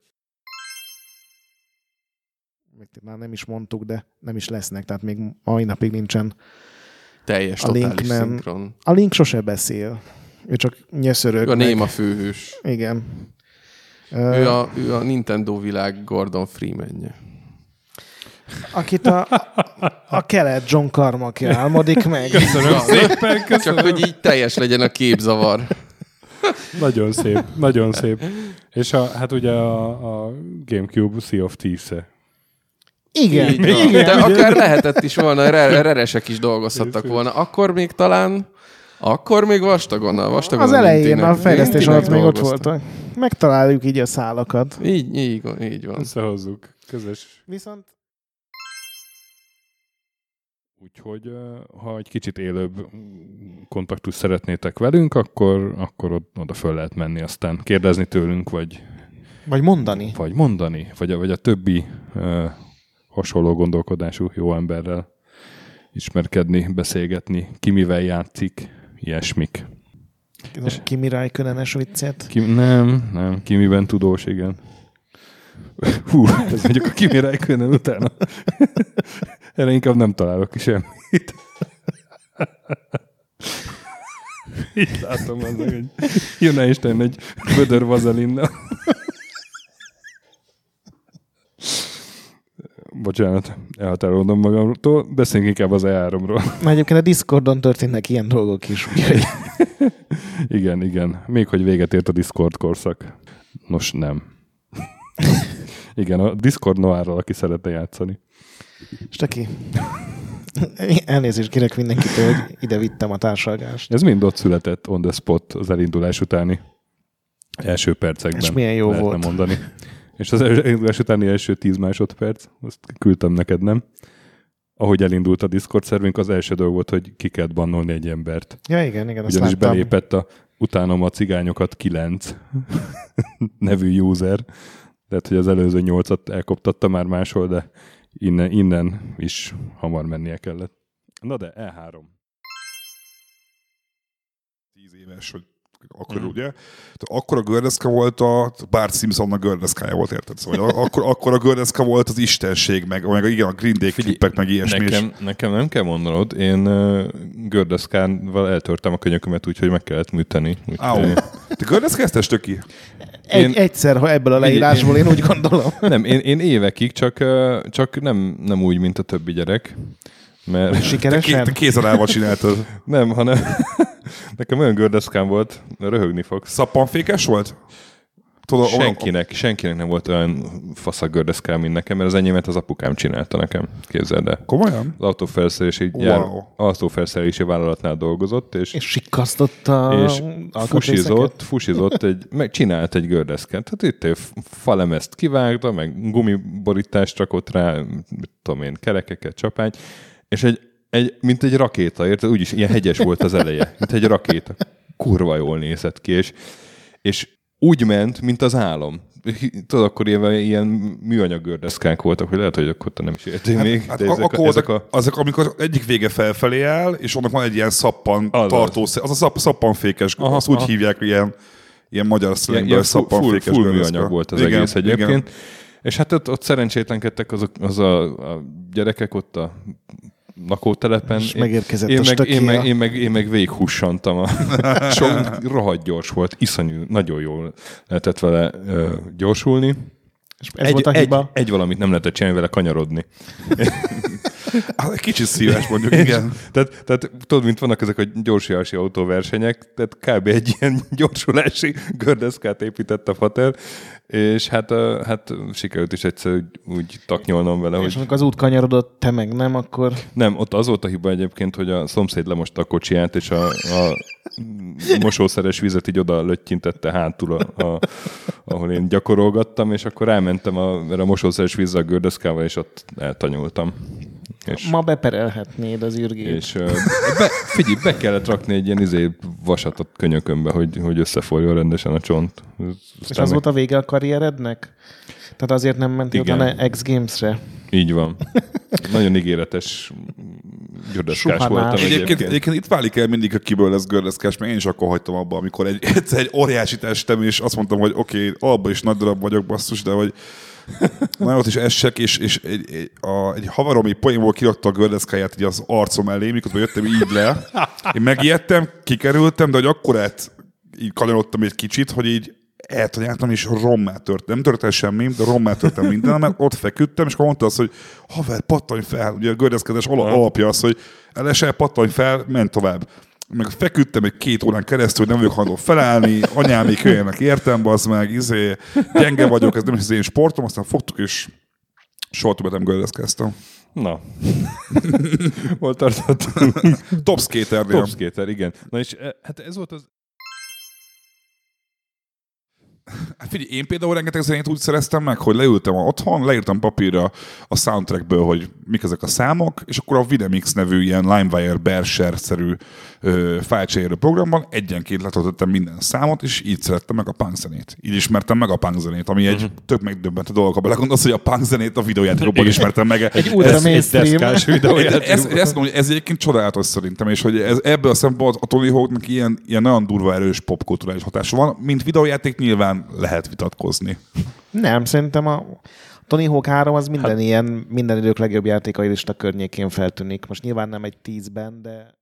Speaker 2: már nem is mondtuk, de nem is lesznek, tehát még mai napig nincsen
Speaker 10: teljes, totális szinkron.
Speaker 2: A Link sose beszél. Ő csak nyöszörög.
Speaker 10: Ő a néma főhős.
Speaker 2: Igen.
Speaker 10: Ő a Nintendo világ Gordon Freeman-je.
Speaker 2: Akit a kelet John Carmack álmodik meg.
Speaker 1: Köszönöm szépen, köszönöm.
Speaker 10: Csak hogy így teljes legyen a képzavar.
Speaker 1: Nagyon szép, nagyon szép. És hát ugye a GameCube Sea of Thieves-e.
Speaker 2: Igen.
Speaker 10: De akár lehetett is volna, reresek is dolgozhattak volna. Akkor még vastagon
Speaker 2: az elején a fejlesztés alatt még ott voltak. Megtaláljuk így a szálakat.
Speaker 10: Így van.
Speaker 1: Összehozzuk. Közös.
Speaker 2: Viszont
Speaker 1: úgyhogy, ha egy kicsit élőbb kontaktust szeretnétek velünk, akkor oda föl lehet menni, aztán kérdezni tőlünk, vagy
Speaker 2: mondani.
Speaker 1: Vagy a többi hasonló gondolkodású jó emberrel ismerkedni, beszélgetni, ki mivel játszik, ilyesmik.
Speaker 2: Kimi Räikkönen-es viccet?
Speaker 1: Nem, Kimiben tudós, igen. Hú, ez mondjuk a Kimi Räikkönen utána. Erre inkább nem találok ki semmit. Itt látom azzal, hogy jönne Isten egy vödör vazelinnal. Bocsánat, elhatárolodom magamtól. Beszéljünk inkább az E3-ról.
Speaker 2: Egyébként a Discordon történnek ilyen dolgok is. Úgyhogy...
Speaker 1: Igen. Még hogy véget ért a Discord korszak. Nos, nem. Igen, a Discord Noárral, aki szeretne játszani.
Speaker 2: Staki, elnézést kérek mindenkitől, hogy ide vittem a társalgást.
Speaker 1: Ez mind ott született on the spot az elindulás utáni első percekben.
Speaker 2: És milyen jó volt.
Speaker 1: Mondani. És az elindulás utáni első 10 másodperc, azt küldtem neked, nem? Ahogy elindult a Discord szervünk, az első dolog volt, hogy ki kellett bannolni egy embert.
Speaker 2: Ja, igen, azt
Speaker 1: ugyanis
Speaker 2: láttam.
Speaker 1: belépett utánom a cigányokat 9 nevű user. Tehát, hogy az előző 8-at elkoptatta már máshol, de innen is hamar mennie kellett. Na de, E3.
Speaker 17: 10 éves, hogy akkor ugye, akkor a gördeszka volt Bart Simpsonnak gördeszkája volt, érted? Szóval akkor a gördeszka volt az istenség, meg igen, a Green Day klippek, meg ilyesmi.
Speaker 1: Nekem nem kell mondanod, én gördeszkával eltörtem a könyökömet, úgyhogy meg kellett műteni.
Speaker 17: Te gördeszkáztál, Stöki?
Speaker 2: Egyszer, ha ebből a leírásból, én úgy gondolom.
Speaker 1: Nem, én évekig, csak nem úgy, mint a többi gyerek. Mert
Speaker 2: sikeresen?
Speaker 17: Te kézalával csináltad.
Speaker 1: Nem, hanem nekem olyan gördeszkám volt, röhögni fogsz.
Speaker 17: Szappanfékes volt?
Speaker 1: Senkinek nem volt olyan fasz a gördeszkám, mint nekem, mert az enyémet az apukám csinálta nekem. Képzeld el.
Speaker 17: Komolyan?
Speaker 1: Az autófelszerelési vállalatnál dolgozott, és
Speaker 2: sikkasztotta
Speaker 1: és fusizott, csinált egy gördeszkát. Hát itt egy falemezt kivágta, meg gumiborítást rakott rá, tudom én, kerekeket, csapányt, és mint egy rakéta, érted? Úgyis ilyen hegyes volt az eleje, mint egy rakéta. Kurva jól nézett ki, és úgy ment, mint az álom. Tudod, akkor ilyen műanyag gördeszkák voltak, hogy lehet, hogy akkor te nem is értél még.
Speaker 17: Hát azok, amikor egyik vége felfelé áll, és annak van egy ilyen szappan tartó, az a szappanfékes, azt úgy hívják, ilyen magyar szlengből szappanfékes
Speaker 1: full műanyag volt az egész egyébként. Igen. És hát ott szerencsétlenkedtek az a gyerekek ott a lakótelepen. És
Speaker 2: megérkezett
Speaker 1: én meg végighussantam. Rohadt gyors volt, iszonyú, nagyon jól lehetett vele gyorsulni.
Speaker 2: És ez volt a hiba?
Speaker 1: Egy valamit nem lehetett csinálni vele, kanyarodni.
Speaker 17: Egy kicsit szíves mondjuk, igen.
Speaker 1: Tehát tudod, mint vannak ezek a gyorsulási autóversenyek, tehát kb. Egy ilyen gyorsulási gördeszkát épített a fater, és hát sikerült is egyszer úgy taknyolnom vele.
Speaker 2: És amikor az út kanyarodott, te meg nem, akkor...
Speaker 1: Nem, ott az volt a hiba egyébként, hogy a szomszéd lemosta a kocsiját, és a mosószeres vizet így oda löttyintette hátul, ahol én gyakorolgattam, és akkor elmentem erre a mosószeres vízzel a gördeszkával, és ott eltanyultam. És
Speaker 2: ma beperelhetnéd az űrgét.
Speaker 1: És figyelj, be kellett rakni egy ilyen vasat a könyökömbe, hogy összeforjon rendesen a csont.
Speaker 2: És az volt a vége a karrierednek? Tehát azért nem mentél utána X Games-re?
Speaker 1: Így van. Nagyon ígéretes gördeszkás voltam
Speaker 17: egyébként itt válik el mindig, hogy kiből lesz gördeszkás, mert én is akkor hagytam abba, amikor egy óriási testem, és azt mondtam, hogy oké, abba is nagy darab vagyok, basszus, de hogy nagyon ott is essek, és egy haverom poénból kirakta a gördeszkáját így az arcom elé, mikor jöttem így le. Én megijedtem, kikerültem, de hogy akkorát így kanyarodtam egy kicsit, hogy így eltanyáltam, és rommá törtem. Nem történt semmi, de rommá törtem minden, mert ott feküdtem, és akkor mondta azt, hogy haver, pattanj fel. Ugye a gördeszkedés alapja az, hogy elesel, pattanj fel, ment tovább. Meg feküdtem egy 2 órán keresztül, hogy nem vagyok hajlandó felállni, anyámék jöjjenek, értem, bazd meg, gyenge vagyok, ez nem is az én sportom, aztán fogtuk, és soha többet nem gördeszkeztem.
Speaker 1: Na. Hol tartottunk?
Speaker 17: Topskaternél.
Speaker 1: Topskater, igen. Na és hát ez volt az...
Speaker 17: Hát figyelj, én például rengeteg zenét úgy szereztem meg, hogy leültem otthon, leírtam papírra a soundtrackből, hogy mik ezek a számok, és akkor a Videmix nevű ilyen LimeWire Bear-szerű fájlcserélő programban egyenként letöltöttem minden számot, és így szerettem meg a punk zenét. Így ismertem meg a punk zenét, ami egy tök megdöbbentő dolog, ha belegondolsz, hogy a punk zenét a videójátékokban ismertem meg.
Speaker 2: Egy ultra mainstream
Speaker 17: videójáték. Ezt mondom, hogy ez egyébként csodálatos szerintem, és hogy ebből a szempontból a Tony Hawknak ilyen nagyon durva erős popkulturális hatása van, mint videójáték nyilván lehet vitatkozni.
Speaker 2: Nem, szerintem a Tony Hawk 3 az minden idők legjobb játékai lista környékén feltűnik. Most nyilván nem egy 10-ben, de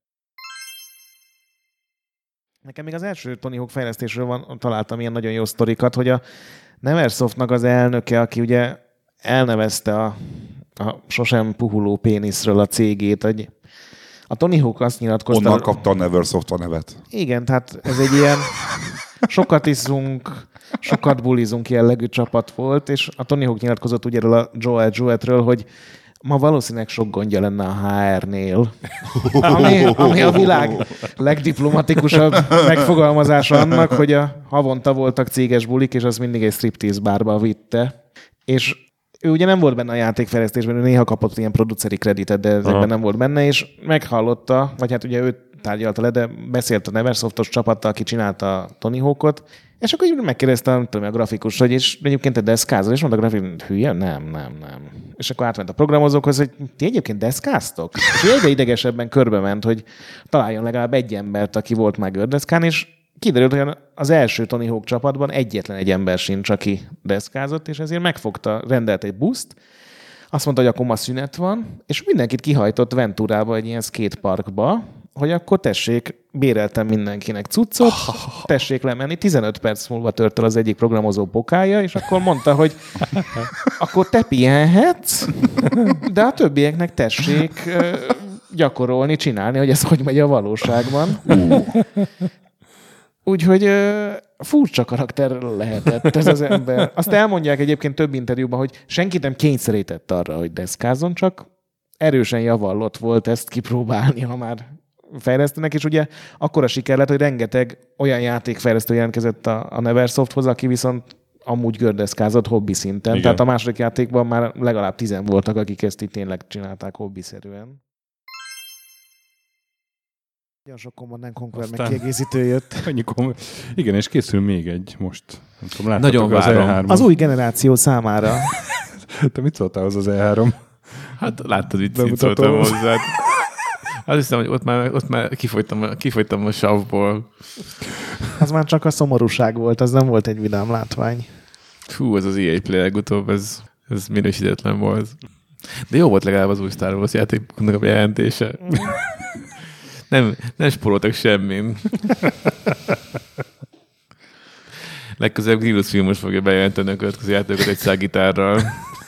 Speaker 2: nekem még az első Tony Hawk fejlesztésről találtam ilyen nagyon jó sztorikat, hogy a Neversoftnak az elnöke, aki ugye elnevezte a sosem puhuló péniszről a cégét, hogy a Tony Hawk azt nyilatkozta...
Speaker 17: Onnan kapta a Neversoft a nevet.
Speaker 2: Igen, tehát ez egy ilyen sokat iszunk, sokat bulizunk jellegű csapat volt, és a Tony Hawk nyilatkozott ugye erről a Joel Jewett-ről, hogy ma valószínűleg sok gondja lenne a HR-nél, ami a világ legdiplomatikusabb megfogalmazása annak, hogy havonta voltak céges bulik, és az mindig egy striptease bárba vitte. És ő ugye nem volt benne a játékfejlesztésben, ő néha kapott ilyen produceri kreditet, de ezekben nem volt benne, és meghallotta, vagy hát ugye ő tárgyalta le, de beszélt a Neversoftos csapattal, aki csinálta a Tony Hawkot, és akkor így megkérdezte a grafikus, hogy és egyébként te deszkázol, és mondta a grafikus, hülye? Nem. És akkor átment a programozókhoz, hogy ti egyébként deszkáztok? És egyre idegesebben körbe ment, hogy találjon legalább egy embert, aki volt már gördeszkán, és kiderült, hogy az első Tony Hawk csapatban egyetlen egy ember sincs, aki deszkázott, és ezért megfogta, rendelt egy buszt, azt mondta, hogy akkor ma szünet van, és mindenkit kihajtott Venturába, egy ilyen skateparkba, hogy akkor tessék, béreltem mindenkinek cuccot, tessék lemenni. 15 perc múlva tört el az egyik programozó bokája, és akkor mondta, hogy akkor te pihenhetsz, de a többieknek tessék gyakorolni, csinálni, hogy ez hogy megy a valóságban. Úgyhogy furcsa karakter lehetett ez az ember. Azt elmondják egyébként több interjúban, hogy senki nem kényszerített arra, hogy deszkázzon, csak erősen javallott volt ezt kipróbálni, ha már fejlesztenek, és ugye akkora siker lett, hogy rengeteg olyan játékfejlesztő jelentkezett a Neversofthoz, aki viszont amúgy gördeszkázott hobbi szinten. Igen. Tehát a második játékban már legalább 10 voltak, akik ezt itt tényleg csinálták hobbiszerűen. Nagyon sok Command & Conquer meg kiegészítő jött.
Speaker 1: Igen, és készül még egy most. Nem tudom,
Speaker 6: nagyon várom.
Speaker 2: Az E3-on. Az új generáció számára.
Speaker 1: Te mit szóltál az E3?
Speaker 6: Hát láttad, mit szóltam hozzá. Azt hiszem, hogy ott már kifogytam a savból.
Speaker 2: Az már csak a szomorúság volt, az nem volt egy vidám látvány.
Speaker 6: Hú, ez az EA Play legutóbb, ez minősítetlen volt. De jó volt legalább az új Star Wars játéknak a bejelentése. Nem spóroltak semmin. Legközelebb Grillus Filmos fogja bejelenteni a következő játékokat egy szágitárral.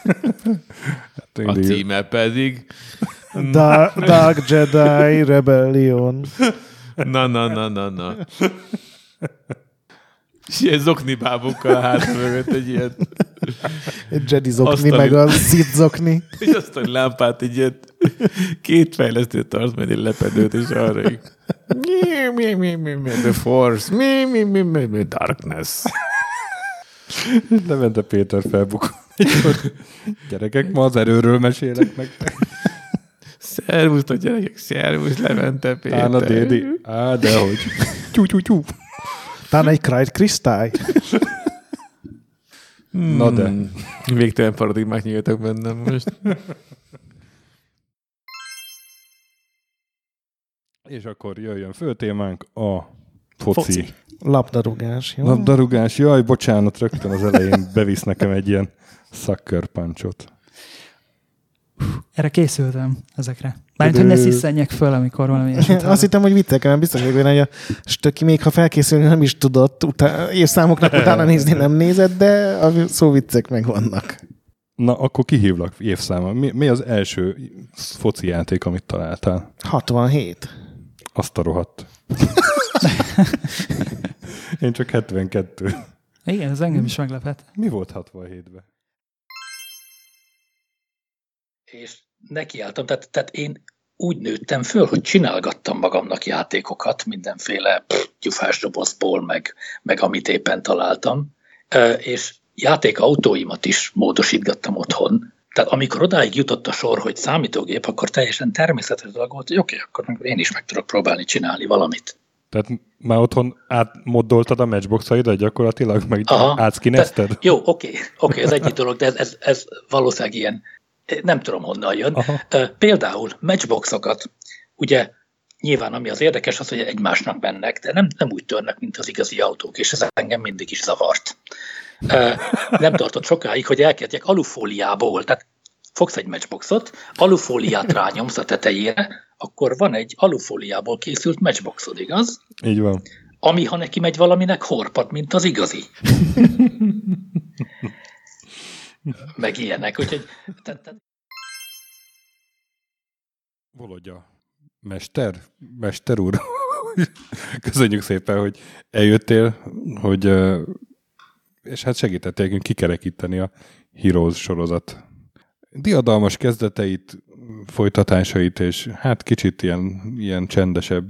Speaker 6: A címe pedig...
Speaker 2: Dark Jedi Rebellion.
Speaker 6: Na. És ilyen zokni bábukkal a hátra mögött egy ilyen...
Speaker 2: Egy Jedi zokni, meg a Sith zokni.
Speaker 6: És azt a lámpát egy ilyen 2 fejlesztő tart, majd egy lepedőt, és arra így... The Force, Darkness.
Speaker 1: Levente Péter felbukott. Gyerekek, ma az erőről mesélek nektek.
Speaker 6: Szervusztok, gyerekek, szervusz, Levente Péter.
Speaker 1: Tána Dédi. Dehogy. Tyú.
Speaker 2: Tána egy Krajt kristály.
Speaker 1: Na de.
Speaker 6: Végtelen paradigmák nyíltak bennem most.
Speaker 1: És akkor jöjjön fő témánk a foci.
Speaker 2: Labdarúgás, jó?
Speaker 1: Labdarúgás, jaj, bocsánat, rögtön az elején bevisz nekem egy ilyen sucker punchot.
Speaker 11: Erre készültem, ezekre. Bármint, hogy ne sziszenjek föl, amikor valami ilyesmit.
Speaker 2: Azt hittem, hogy viccek, mert biztos vagyok benne, hogy a Stöki még ha felkészülni nem is tudott, és számoknak utána nézni nem nézett, de a szóviccek meg vannak.
Speaker 1: Na, akkor kihívlak évszáma. Mi az első foci játék, amit találtál?
Speaker 2: 67.
Speaker 1: Azt a rohadt. Én csak 72.
Speaker 11: Igen, ez engem is meglepett.
Speaker 1: Mi volt 67-ben?
Speaker 18: És nekiálltam, tehát én úgy nőttem föl, hogy csinálgattam magamnak játékokat, mindenféle gyufásdobozból, meg amit éppen találtam, és játékautóimat is módosítgattam otthon. Tehát amikor odáig jutott a sor, hogy számítógép, akkor teljesen természetes dolog volt, hogy oké, akkor én is meg tudok próbálni csinálni valamit.
Speaker 1: Tehát már otthon átmoddoltad a matchboxaidat gyakorlatilag, meg átszkinezted?
Speaker 18: Jó, oké, ez egyik dolog, de ez valószínűleg ilyen, nem tudom honnan jön. Például matchboxokat, ugye nyilván ami az érdekes az, hogy egymásnak mennek, de nem úgy törnek, mint az igazi autók, és ez engem mindig is zavart. Nem tartott sokáig, hogy elkezdjek alufóliából, tehát fogsz egy matchboxot, alufóliát rányomsz a tetejére, akkor van egy alufóliából készült matchboxod, igaz?
Speaker 1: Így van.
Speaker 18: Ami, ha neki megy valaminek, horpad, mint az igazi. Meg ilyenek, úgyhogy...
Speaker 1: Volodya, mester úr, köszönjük szépen, hogy eljöttél, hogy, és hát segítettél nekünk kikerekíteni a Heroes sorozat diadalmas kezdeteit, folytatásait, és hát kicsit ilyen csendesebb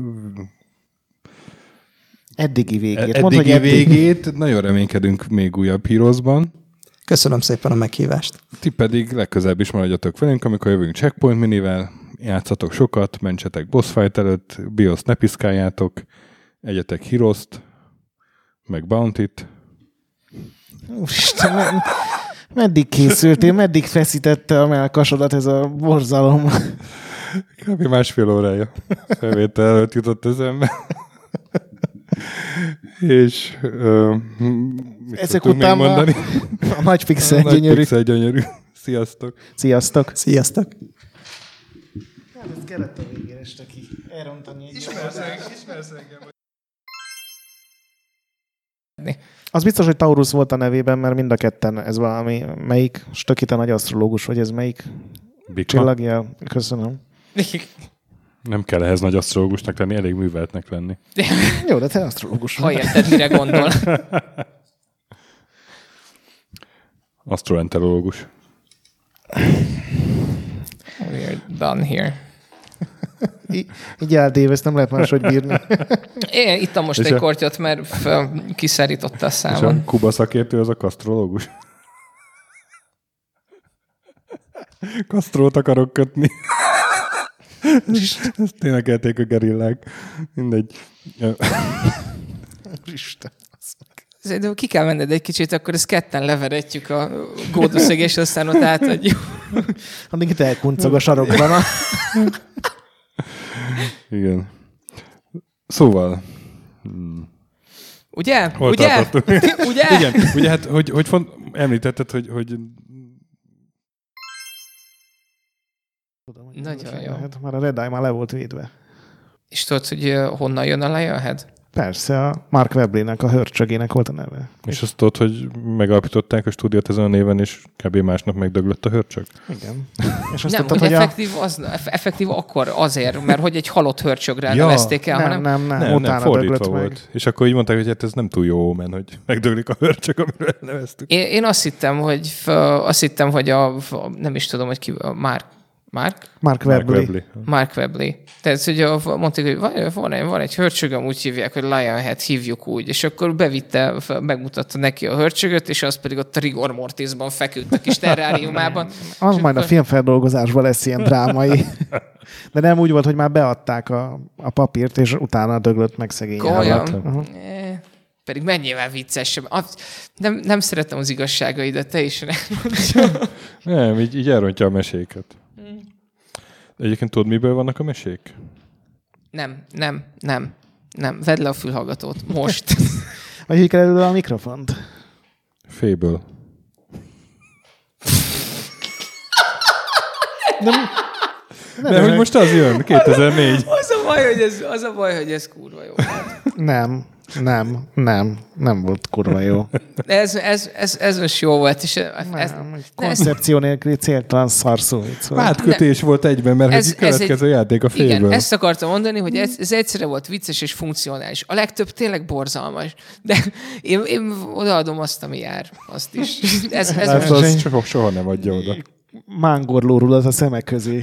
Speaker 2: eddigi végét.
Speaker 1: Eddigi végét. Nagyon reménykedünk még újabb Heroesban.
Speaker 19: Köszönöm szépen a meghívást.
Speaker 1: Ti pedig legközelebb is maradjatok velünk, amikor jövünk Checkpoint Minivel, játszatok sokat, mentsetek boss fight előtt, BIOS ne piszkáljátok, egyetek Heroes-t, meg Bounty-t.
Speaker 2: Istenem, meddig készültél, meddig feszítette a mellkasodat ez a borzalom?
Speaker 1: Kb. másfél órája felvétel előtt jutott eszembe. És
Speaker 2: ezek után mondani? A nagy pixel gyönyörű.
Speaker 1: Pixel gyönyörű. Sziasztok.
Speaker 2: Sziasztok.
Speaker 19: Sziasztok.
Speaker 2: Ez kellett a végére este ki. Elrontani egy
Speaker 6: Ismersz engem.
Speaker 2: Az biztos, hogy Taurus volt a nevében, mert mind a ketten ez valami, melyik Stöki, te nagy asztrológus vagy, ez melyik
Speaker 1: Bikma.
Speaker 2: csillagjel? Köszönöm.
Speaker 1: Nem kell ehhez nagy asztrológusnak lenni, elég műveltnek lenni.
Speaker 2: Jó, de te asztrológus.
Speaker 9: Ha érted, mire gondol.
Speaker 1: Asztroenterológus.
Speaker 9: We're done here.
Speaker 2: Így eldév, ezt nem lehet máshogy bírni.
Speaker 9: Én ittam most egy kortyot, mert kiszárította a számon.
Speaker 1: És a Kuba szakértő az a kasztrológus? Kasztrót akarok kötni. Ezt tényleg elték a gerillák. Mindegy.
Speaker 2: Isten.
Speaker 9: De ki kell menned egy kicsit, akkor ezt ketten leveretjük a góduszeg, és aztán ott átadjuk.
Speaker 2: Addig itt elkuncog a sarokban.
Speaker 1: Igen. Szóval...
Speaker 9: Ugye? Ugye? Ugye?
Speaker 1: Igen, ugye, hát, hogy említetted, hogy
Speaker 9: nagyon jó.
Speaker 2: Hát már a Red Eye már le volt védve.
Speaker 9: És tudod, hogy honnan jön a Lionhead?
Speaker 2: Persze, a Mark Webley-nek, a hörcsögének volt a neve.
Speaker 1: És azt tudod, hogy megalapították a stúdiót ezen a néven, és kb. Másnap megdöglött a hörcsög?
Speaker 2: Igen. És azt
Speaker 9: nem,
Speaker 2: tudtad,
Speaker 9: hogy
Speaker 2: hogy
Speaker 9: effektív akkor azért, mert hogy egy halott hörcsögre nevezték el, hanem...
Speaker 2: Nem,
Speaker 1: fordítva volt. És akkor így mondták, hogy hát ez nem túl jó omen, hogy megdöglik a hörcsög, amiről neveztük.
Speaker 9: Én azt hittem, hogy nem is tudom, hogy ki, Mark Webley. Tehát, hogy mondták, hogy van egy hörcsögöm, úgy hívják, hogy Lionhead, hívjuk úgy, és akkor bevitte, megmutatta neki a hörcsögöt, és az pedig ott a rigor mortisban feküdt a kis terráriumában.
Speaker 2: Az majd a filmfeldolgozásban lesz ilyen drámai. De nem úgy volt, hogy már beadták a papírt, és utána döglött meg szegény állat.
Speaker 9: Pedig mennyivel vicces. Nem szeretem az igazságaidat, te is nem.
Speaker 1: Nem, így elrontja a meséket. Egyébként tudod, miből vannak a mesék?
Speaker 9: Nem. Vedd le a fülhallgatót. Most.
Speaker 2: Vagy így kell előle a mikrofont?
Speaker 1: Féből. De hogy most az jön, 2004.
Speaker 9: Az a baj, hogy ez kurva jó.
Speaker 2: Nem volt kurva jó.
Speaker 9: Ez most jó volt. És
Speaker 2: koncepció nélküli céltalan szarszó.
Speaker 1: Vádkötés volt egyben, mert ez következő játék a félből.
Speaker 9: Igen, ezt akartam mondani, hogy ez egyszerre volt vicces és funkcionális. A legtöbb tényleg borzalmas. De én odaadom azt, ami jár. Azt is.
Speaker 1: Ez soha nem adja oda.
Speaker 2: Mángorlóról az a szemek közé.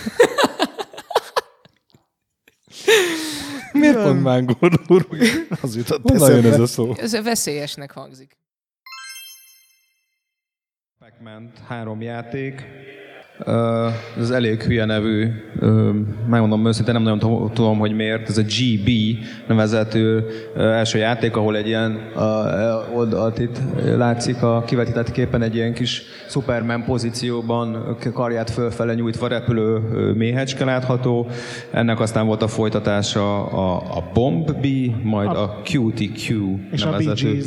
Speaker 1: Miért pont mángorlóról?
Speaker 2: Az jutott
Speaker 1: honnan jön ez a szó?
Speaker 9: Ez veszélyesnek hangzik.
Speaker 20: Pac-Man 3 játék. Ez elég hülye nevű, megmondom őszintén, nem nagyon tudom, hogy miért. Ez a GB nevezetű első játék, ahol egy ilyen oldalt itt látszik a kivetített képen egy ilyen kis Superman pozícióban, karját fölfele nyújtva repülő méhecske látható. Ennek aztán volt a folytatása a Bomb Bee, majd a QTQ
Speaker 2: és
Speaker 20: nevezetű.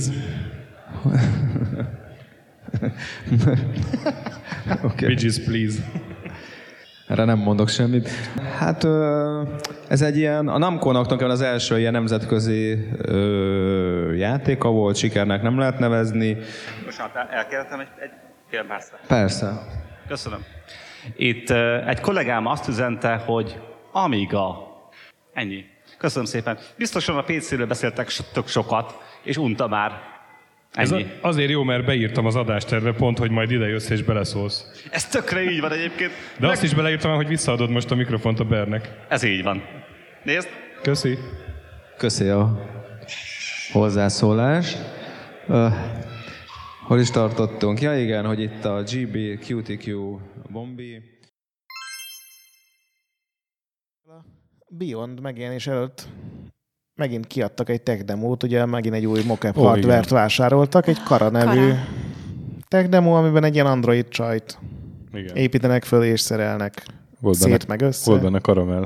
Speaker 17: Okay. Bitches, please.
Speaker 20: Erre nem mondok semmit. Hát ez egy ilyen, a Namco-nak az első ilyen nemzetközi játéka volt, sikernek nem lehet nevezni.
Speaker 21: Bocsánat, elkérhetem egy fél percre?
Speaker 20: Persze.
Speaker 21: Köszönöm. Itt egy kollégám azt üzente, hogy Amiga. Ennyi. Köszönöm szépen. Biztosan a PC-ről beszéltek tök sokat, és unta már.
Speaker 17: Ez azért jó, mert beírtam az adásterve pont, hogy majd ide jössz és beleszólsz.
Speaker 21: Ez tökre így van egyébként.
Speaker 17: De azt is beleírtam, hogy visszaadod most a mikrofont a Bernek.
Speaker 21: Ez így van. Nézd.
Speaker 17: Köszi.
Speaker 20: Köszi a hozzászólást. Hol is tartottunk? Ja igen, hogy itt a GB, QTQ, Bombi.
Speaker 2: Beyond megjelenés előtt megint kiadtak egy tech demót, ugye megint egy új mocap hardware-t vásároltak, egy Kara nevű tech demo, amiben egy ilyen Android csajt építenek föl és szerelnek szét meg össze.
Speaker 1: Volt benne karamell.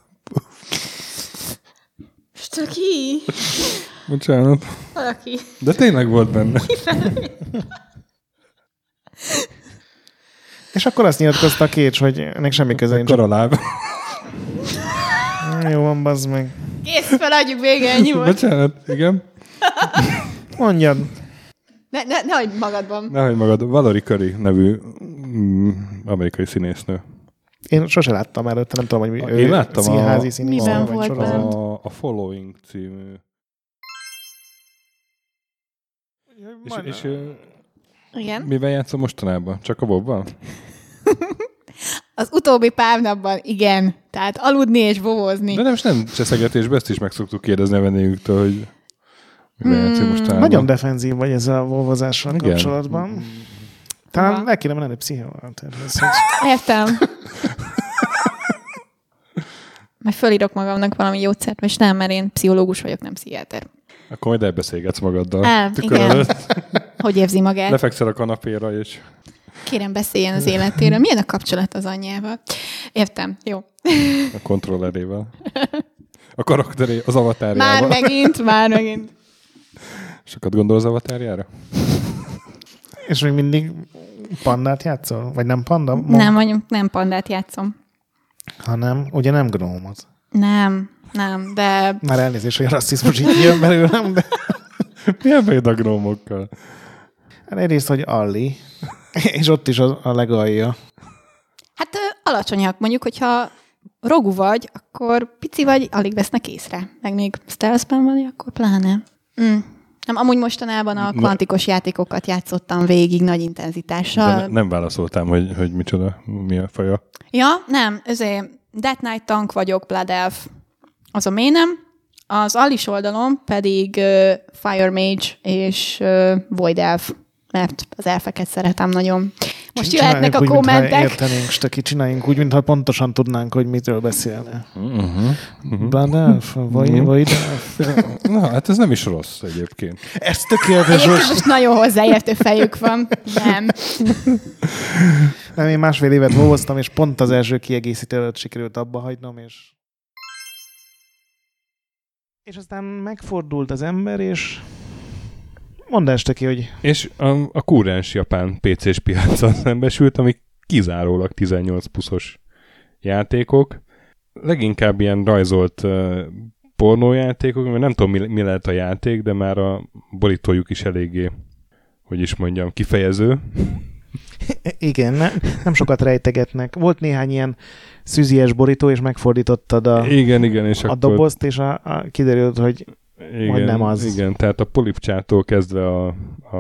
Speaker 3: Ki?
Speaker 1: Bocsánat.
Speaker 3: Valaki.
Speaker 1: De tényleg volt benne.
Speaker 2: És akkor azt nyilatkozta a Cage, hogy ennek semmi köze nincs.
Speaker 1: Karaláb.
Speaker 2: Jó van, bazd meg.
Speaker 3: Kész, feladjuk, vége, ennyi volt.
Speaker 1: Bocsánat, igen.
Speaker 2: Mondjad.
Speaker 3: Ne hagyd magadban.
Speaker 1: Ne hagyd magad. Valerie Curry nevű amerikai színésznő.
Speaker 2: Én sose láttam előtte, nem tudom, hogy
Speaker 1: én láttam
Speaker 2: színházi színésznő
Speaker 3: vagy sorozat.
Speaker 1: A Following című. És
Speaker 4: igen?
Speaker 1: Mivel játszom mostanában? Csak a Bobban?
Speaker 4: Az utóbbi pár napban igen. Tehát aludni és bobozni.
Speaker 1: De nem cseszegetésben, ezt is meg szoktuk kérdezni a vendégünktől, hogy mivel játszom mostanában.
Speaker 2: Nagyon defenzív vagy ezzel a bobozással kapcsolatban. Talán le kéne menni pszichóval.
Speaker 4: Értem. Majd fölírok magamnak valami jószert, és nem, mert én pszichológus vagyok, nem pszichiáter.
Speaker 1: Akkor majd elbeszélgetsz magaddal.
Speaker 4: Igen. Hogy érzi magát?
Speaker 1: Lefekszel a kanapéra, és...
Speaker 4: Kérem, beszéljen az életéről. Milyen a kapcsolat az anyjával? Értem, jó.
Speaker 1: A kontrollerével. A karakteré, az avatárjával.
Speaker 4: Már megint.
Speaker 1: Sokat gondol az avatárjára?
Speaker 2: És még mindig pandát játszol? Vagy nem panda?
Speaker 4: Nem pandát játszom.
Speaker 2: Hanem, ugye nem gnómot.
Speaker 4: Nem, de...
Speaker 2: Már elnézést, hogy a rasszizmus így jön belőlem, de...
Speaker 1: Milyen bajod a gnómokkal?
Speaker 2: Hát egyrészt, hogy Alli, és ott is a legalja.
Speaker 4: Hát alacsonyak. Mondjuk, hogyha rogú vagy, akkor pici vagy, alig vesznek észre. Meg még stealthben vagy, akkor pláne. Nem, amúgy mostanában a kvantikus játékokat játszottam végig nagy intenzitással.
Speaker 1: De nem válaszoltam, hogy micsoda, mi a faja.
Speaker 4: Ja, nem, Death Knight tank vagyok, Blood Elf. Az a ménem. Az Allis oldalon pedig Fire Mage és Void Elf, mert az elfeket szeretem nagyon. Most jöhetnek a kommentek.
Speaker 2: Értenénk, Stöki, csináljunk úgy, mintha pontosan tudnánk, hogy mitől beszélne. Blood Elf, Void Elf.
Speaker 1: Na, hát ez nem is rossz egyébként.
Speaker 2: Ez tökéletes.
Speaker 4: Egyébként most nagyon hozzáértő fejük van.
Speaker 2: Nem, én másfél évet volvoztam, és pont az első kiegészítő előtt sikerült abba hagynom, és aztán megfordult az ember, és mondd este ki, hogy...
Speaker 1: És a kúrens japán PC-s piacon szembesült, amik kizárólag 18 pluszos játékok. Leginkább ilyen rajzolt pornójátékok, mert nem tudom, mi lehet a játék, de már a borítójuk is eléggé, hogy is mondjam, kifejező.
Speaker 2: Igen, nem sokat rejtegetnek. Volt néhány ilyen szűzies borító, és megfordítottad
Speaker 1: igen, és
Speaker 2: a dobozt, és kiderült, hogy majd nem az.
Speaker 1: Igen, tehát a polipcsától kezdve a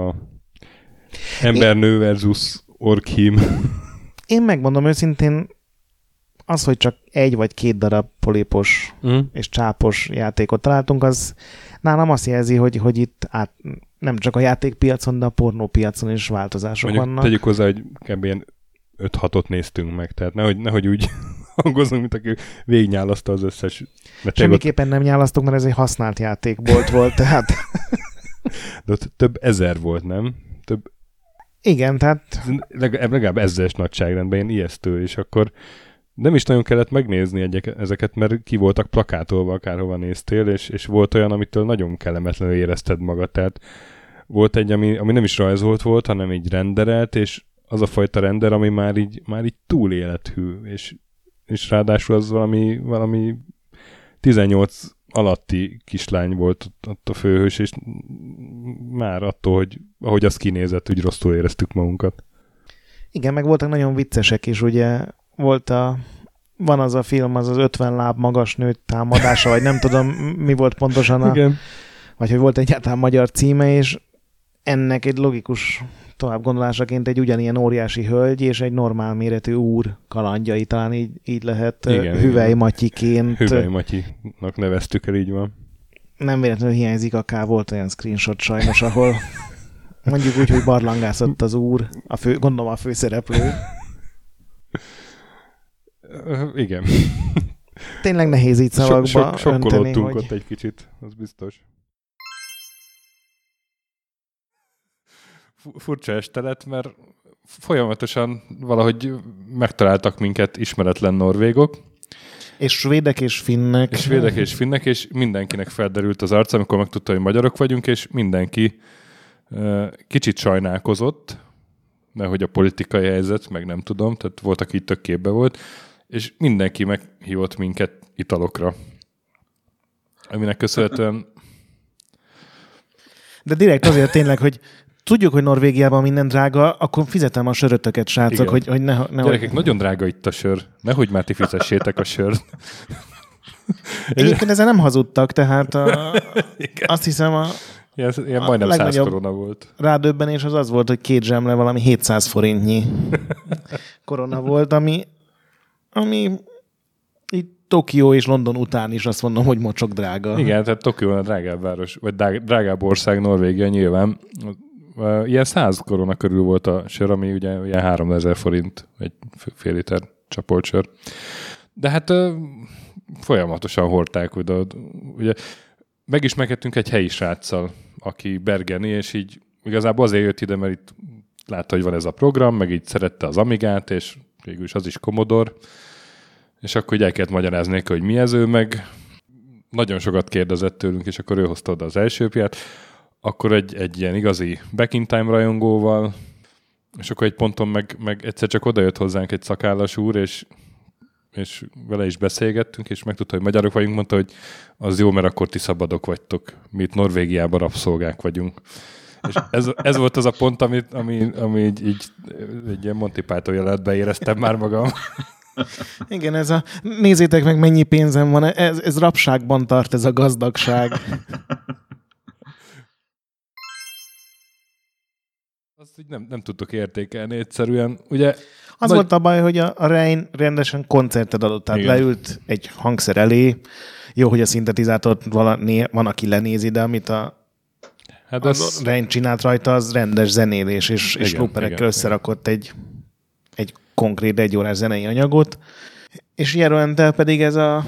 Speaker 1: embernő versus orkhím.
Speaker 2: Én megmondom őszintén, az, hogy csak 1 vagy 2 darab polipos és csápos játékot találtunk, az nálam azt jelzi, hogy itt nem csak a játékpiacon, de a pornópiacon is változások vannak.
Speaker 1: Tegyük hozzá, hogy kb. Ilyen 5-6-ot néztünk meg, tehát nehogy úgy hangozunk, mint aki végignyálaszta az összes...
Speaker 2: Semmiképpen nem nyálasztunk, mert ez egy használt játékbolt volt, tehát...
Speaker 1: De ott több ezer volt, nem?
Speaker 2: Igen, tehát...
Speaker 1: Legalább ezeres nagyságrendben, ilyen ijesztő, és akkor nem is nagyon kellett megnézni ezeket, mert ki voltak plakátolva, akárhova néztél, és volt olyan, amitől nagyon kellemetlenül érezted magad. Tehát volt egy, ami nem is rajzolt volt, hanem így renderelt, és az a fajta render, ami már így túl élethű, és ráadásul az valami 18 alatti kislány volt ott a főhős, és már attól, hogy ahogy az kinézett, úgy rosszul éreztük magunkat.
Speaker 2: Igen, meg voltak nagyon viccesek is, ugye van az a film, az 50 láb magas nő támadása, vagy nem tudom, mi volt pontosan vagy hogy volt egyáltalán magyar címe, és ennek egy logikus továbbgondolásaként egy ugyanilyen óriási hölgy és egy normál méretű úr kalandjai, talán így lehet Hüvely Matyiként.
Speaker 1: Hüvely Matyinak neveztük el, így van.
Speaker 2: Nem véletlenül hiányzik volt olyan screenshot sajnos, ahol mondjuk úgy, hogy barlangászott az úr, gondolom a főszereplő.
Speaker 1: Igen.
Speaker 2: Tényleg nehéz így szavakba
Speaker 1: sokkolódtunk ott egy kicsit, az biztos. Furcsa este lett, mert folyamatosan valahogy megtaláltak minket ismeretlen norvégok.
Speaker 2: És svédek és finnek.
Speaker 1: És mindenkinek felderült az arca, amikor megtudta, hogy magyarok vagyunk, és mindenki kicsit sajnálkozott, mert hogy a politikai helyzet, meg nem tudom, tehát volt, aki tök képbe volt, és mindenki meghívott minket italokra. Aminek köszönhetően...
Speaker 2: De direkt azért tényleg, hogy tudjuk, hogy Norvégiában minden drága, akkor fizetem a sörötöket, srácok, hogy ne
Speaker 1: Gyerekek, nagyon drága itt a sör. Nehogy már ti fizessétek a sört.
Speaker 2: Egyébként ezzel nem hazudtak, tehát azt hiszem
Speaker 1: ilyen majdnem 100 korona volt.
Speaker 2: Rádöbbenés az volt, hogy 2 zsemle valami 700 forintnyi korona volt, ami itt Tokió és London után is azt mondom, hogy mocsok drága.
Speaker 1: Igen, tehát Tokió a drágább város, vagy drágább ország, Norvégia nyilván. Ilyen 100 korona körül volt a sör, ami ugye ilyen 3000 forint, egy fél liter csapolt sör. De hát folyamatosan hordták oda. Ugye megismerkedtünk egy helyi sráccal, aki bergeni, és így igazából azért jött ide, mert itt látta, hogy van ez a program, meg így szerette az Amigát, és végül is az is Commodore, és akkor így el kellett magyarázni neki, hogy mi ez, ő meg nagyon sokat kérdezett tőlünk, és akkor ő hozta oda az első piát, akkor egy ilyen igazi back in time rajongóval, és akkor egy ponton meg egyszer csak odajött hozzánk egy szakállas úr, és vele is beszélgettünk, és megtudta, hogy magyarok vagyunk, mondta, hogy az jó, mert akkor ti szabadok vagytok. Mi itt Norvégiában rabszolgák vagyunk. És ez volt az a pont, ami így egy ilyen Monty Python jelenetben éreztem már magam.
Speaker 2: Igen, nézzétek meg, mennyi pénzem van, ez rabságban tart, ez a gazdagság.
Speaker 1: Azt így nem tudtok értékelni egyszerűen. Ugye,
Speaker 2: az volt a baj, hogy a Rein rendesen koncertet adott, tehát leült egy hangszer elé. Jó, hogy a szintetizátort van, aki lenézi, de amit a Rein csinált rajta, az rendes zenélés, és looperekkel összerakott egy konkrét 1 órás zenei anyagot. És Jeroentel pedig ez a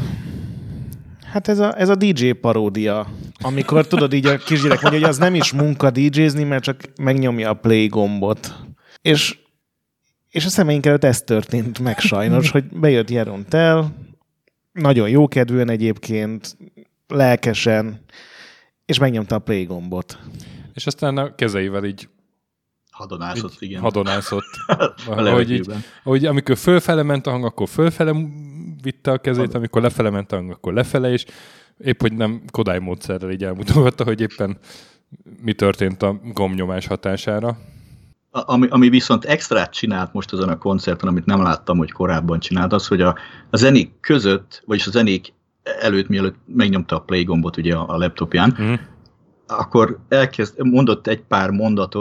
Speaker 2: DJ paródia, amikor tudod, így a kisgyerek mondja, hogy az nem is munka DJ-zni, mert csak megnyomja a play gombot. És a szemeink előtt ez történt meg sajnos, hogy bejött Jeroentel, nagyon jókedvűen egyébként, lelkesen, és megnyomta a play gombot.
Speaker 1: És aztán a kezeivel így
Speaker 5: hadonászott, igen.
Speaker 1: Hadonászott. Ahogy amikor fölfele ment a hang, akkor fölfele vitte a kezét, amikor lefele ment a hang, akkor lefele, és épp, hogy nem Kodály módszerrel így elmutogatta, hogy éppen mi történt a gombnyomás hatására.
Speaker 5: Ami viszont extrát csinált most azon a koncerten, amit nem láttam, hogy korábban csinált, az, hogy a zenék között, vagyis a zenék előtt, mielőtt megnyomta a play gombot ugye a laptopján, akkor mondott egy pár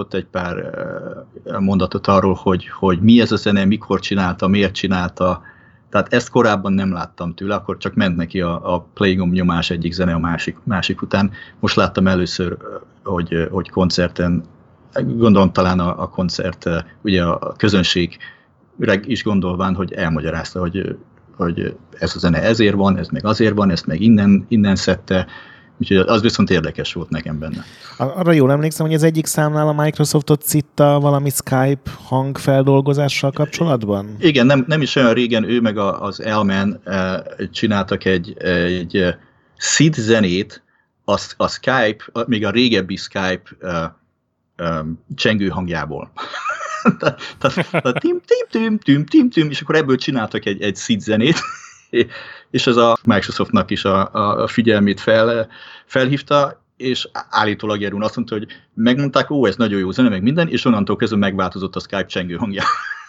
Speaker 5: mondatot arról, hogy mi ez a zene, mikor csinálta, miért csinálta. Tehát ezt korábban nem láttam tőle, akkor csak ment neki a play gomb nyomás egyik zene a másik után. Most láttam először, hogy koncerten, gondolom talán a koncert, ugye a közönségre is gondolván, hogy elmagyarázta, hogy ez a zene ezért van, ez meg azért van, ezt meg innen szedte. Úgyhogy az viszont érdekes volt nekem benne.
Speaker 2: Arra jól emlékszem, hogy az egyik számnál a Microsoftot citta valami Skype hangfeldolgozással kapcsolatban?
Speaker 5: Igen, nem is olyan régen ő meg az Elman csináltak egy SID zenét, a Skype, még a régebbi Skype csengő hangjából. Tehát tim, és akkor ebből csináltak egy SID zenét, és ez a Microsoftnak is a figyelmét felhívta, és állítólag Jeroen azt mondta, hogy megmondták, ez nagyon jó zene, meg minden, és onnantól kezdve megváltozott a Skype csengő hangja.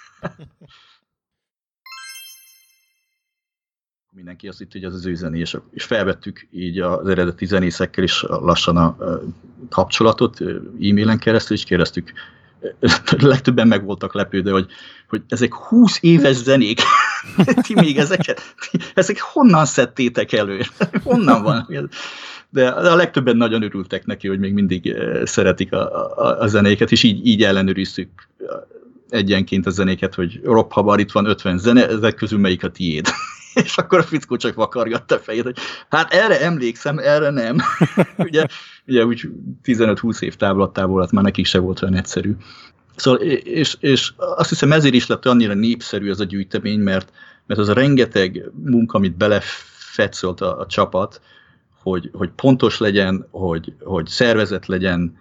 Speaker 5: Mindenki azt hitt, hogy ez az ő zené, és felvettük így az eredeti zenészekkel is lassan a kapcsolatot, e-mailen keresztül is kérdeztük. Legtöbben meg voltak lepődve, hogy ezek 20 éves zenék, ti még ezek honnan szedtétek elő? Honnan van? De a legtöbben nagyon örültek neki, hogy még mindig szeretik a zenéket, és így ellenőriztük egyenként a zenéket, hogy Rob Hubbard, itt van 50 zene, ezek közül melyik a tiéd? És akkor a fickó csak vakargatta a fejét, hogy hát erre emlékszem, erre nem. ugye úgy 15-20 év távlattából, hát már nekik se volt olyan egyszerű. Szóval, és azt hiszem ezért is lett annyira népszerű ez a gyűjtemény, mert az a rengeteg munka, amit belefetszolt a csapat, hogy pontos legyen, hogy szervezett legyen,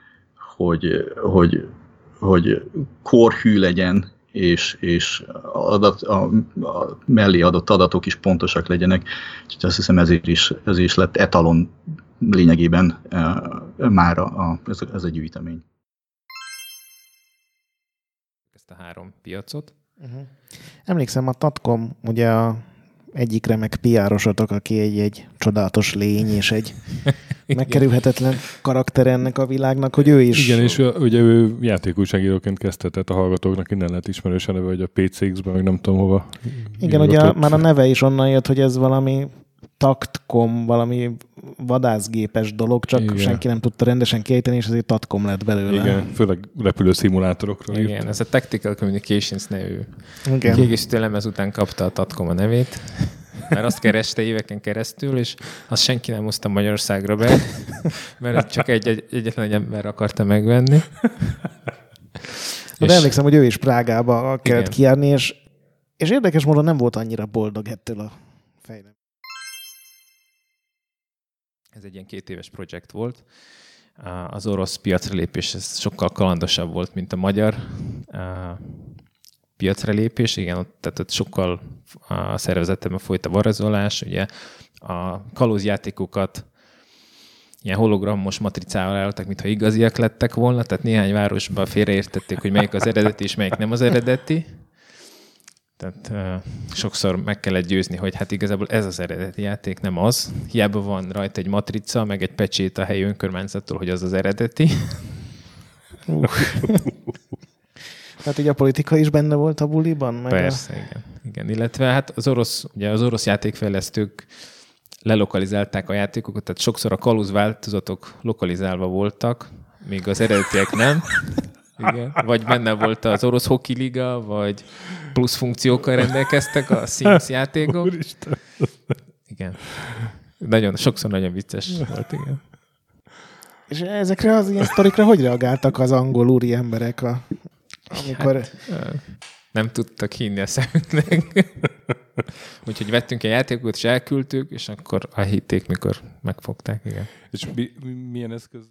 Speaker 5: hogy korhű legyen, és a mellé adott adatok is pontosak legyenek. Úgyhogy azt hiszem ezért is lett etalon lényegében mára ez a gyűjtemény.
Speaker 8: ezt a 3 piacot.
Speaker 2: Emlékszem, a Tatcom ugye egyik remek PR-osotok, aki egy csodálatos lény és egy megkerülhetetlen karakter ennek a világnak, hogy ő is...
Speaker 1: Igen, és ugye ő játékújságíróként kezdte, tehát a hallgatóknak innen lehet ismerős a neve, hogy a PCX-ben, meg nem tudom hova.
Speaker 2: Igen, ugye már a neve is onnan jött, hogy ez valami Taktcom, valami vadászgépes dolog, csak igen. Senki nem tudta rendesen kiejteni, és azért Tatcom lett belőle.
Speaker 1: Igen, főleg repülő szimulátorokról
Speaker 8: igen,
Speaker 1: írt.
Speaker 8: ez a Tactical Communications nevű.
Speaker 2: Igen.
Speaker 8: Kiegészítő lemez után kapta a Tatcom a nevét, mert azt kereste éveken keresztül, és azt senki nem hozta Magyarországra be, mert csak egyetlen ember akarta megvenni.
Speaker 2: De emlékszem, hogy ő is Prágába kellett kijárni, és érdekes módon nem volt annyira boldog ettől a fejnek.
Speaker 8: Ez egy ilyen 2 éves projekt volt. Az orosz piacra lépés ez sokkal kalandosabb volt, mint a magyar piacra lépés. Igen, tehát ott sokkal szervezettebben folyt a varázsolás. Ugye a kalózjátékokat ilyen hologramos matricával álltak, mintha igaziak lettek volna, tehát néhány városban félreértették, hogy melyik az eredeti és melyik nem az eredeti. Tehát sokszor meg kellett győzni, hogy hát igazából ez az eredeti játék, nem az. Hiába van rajta egy matrica, meg egy pecsét a helyi önkormányzattól, hogy az az eredeti.
Speaker 2: Hát ugye a politika is benne volt a buliban? Meg
Speaker 8: persze, igen. Illetve hát az orosz játékfejlesztők lelokalizálták a játékokat, tehát sokszor a kalóz változatok lokalizálva voltak, míg az eredetiek nem. Igen. Vagy benne volt az orosz hoki liga, vagy plusz funkciókkal rendelkeztek a Sims játékok.
Speaker 1: Úristen.
Speaker 8: Igen. Sokszor nagyon vicces volt, igen.
Speaker 2: És ezekre az ilyen sztorikra hogy reagáltak az angol úri emberek, amikor...
Speaker 8: Nem tudtak hinni a szemünknek. Úgyhogy vettünk egy játékot, és elküldtük, és akkor elhitték, mikor megfogták, igen.
Speaker 1: És milyen eszköz?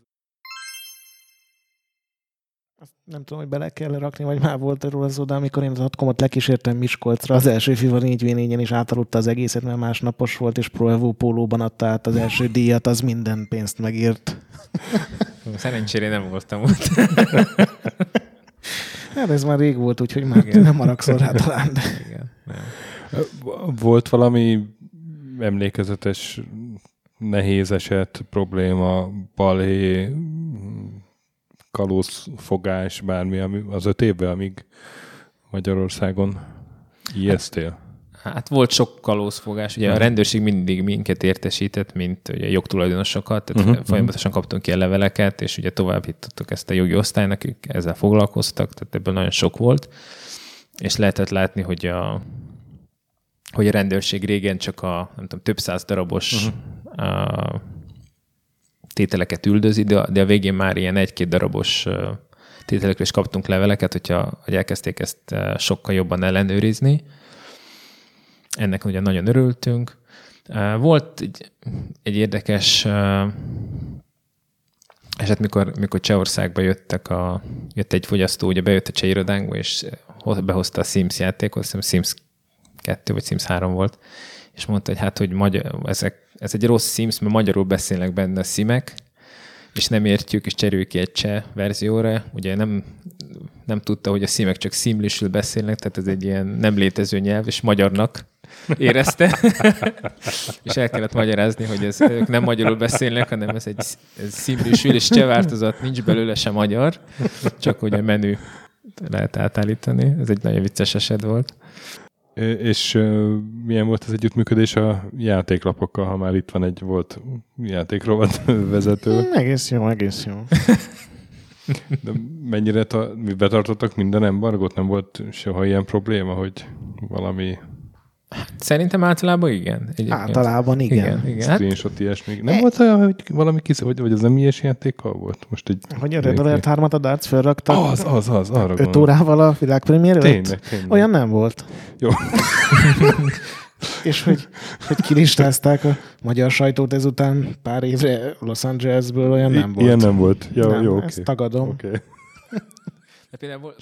Speaker 2: Azt nem tudom, hogy bele kell rakni, vagy már volt erről szó, de amikor én az Tatcomot lekísértem Miskolcra, az első FIFA 4v4-en is átaludta az egészet, mert másnapos volt, és Pro Evo pólóban adta át az első díjat, az minden pénzt megírt.
Speaker 8: Szerencsére nem voltam ott.
Speaker 2: Hát ez már rég volt, úgyhogy már nem haragszol rá talán. De...
Speaker 8: Igen.
Speaker 1: Volt valami emlékezetes nehéz eset, probléma, balhé, kalózfogás, bármi az 5 évben, amíg Magyarországon ijesztél?
Speaker 8: Hát volt sok kalózfogás. Ugye a rendőrség mindig minket értesített, mint ugye jogtulajdonosokat, tehát folyamatosan kaptunk ilyen leveleket, és ugye továbbítottuk ezt a jogi osztálynak, akik ezzel foglalkoztak, tehát ebből nagyon sok volt. És lehetett látni, hogy a rendőrség régen csak nem tudom, több száz darabos tételeket üldözi, de a végén már ilyen 1-2 darabos tételekről is kaptunk leveleket, hogy elkezdték ezt sokkal jobban ellenőrizni. Ennek ugye nagyon örültünk. Volt egy érdekes eset, mikor Csehországba jött egy fogyasztó, ugye bejött a cseh irodánkba, és behozta a Sims játékot, azt hiszem Sims 2 vagy Sims 3 volt, és mondta, hogy hát, hogy ez egy rossz Sims, mert magyarul beszélnek benne a simek, és nem értjük, és cseréljük ki egy cseh verzióra. Ugye nem tudta, hogy a simek csak simlisül beszélnek, tehát ez egy ilyen nem létező nyelv, és magyarnak érezte. És el kellett magyarázni, hogy ők nem magyarul beszélnek, hanem ez simlisül, és cseh változat, nincs belőle se magyar, csak hogy a menü lehet átállítani. Ez egy nagyon vicces eset volt.
Speaker 1: És milyen volt az együttműködés a játéklapokkal, ha már itt van volt játékrovat vezető?
Speaker 2: Egész jó.
Speaker 1: De mennyire betartottak minden embargót? Nem volt soha ilyen probléma, hogy valami...
Speaker 8: Szerintem általában igen. Egyébként.
Speaker 2: Általában igen.
Speaker 1: Screenshot ilyesmi. Nem volt olyan, hogy valami vagy az nem ilyes játékkal volt? Most egy
Speaker 2: hogy a Red Alert 3-at a Darts felrakta?
Speaker 1: Az, arra
Speaker 2: 5 órával a világpremiér előtt?
Speaker 1: Tényleg.
Speaker 2: Olyan nem volt.
Speaker 1: Jó.
Speaker 2: És hogy kilistázták a magyar sajtót ezután pár évre Los Angelesből, olyan nem volt.
Speaker 1: Ilyen nem volt. Jó, oké.
Speaker 2: Ezt tagadom.
Speaker 1: Okay.
Speaker 8: De például volt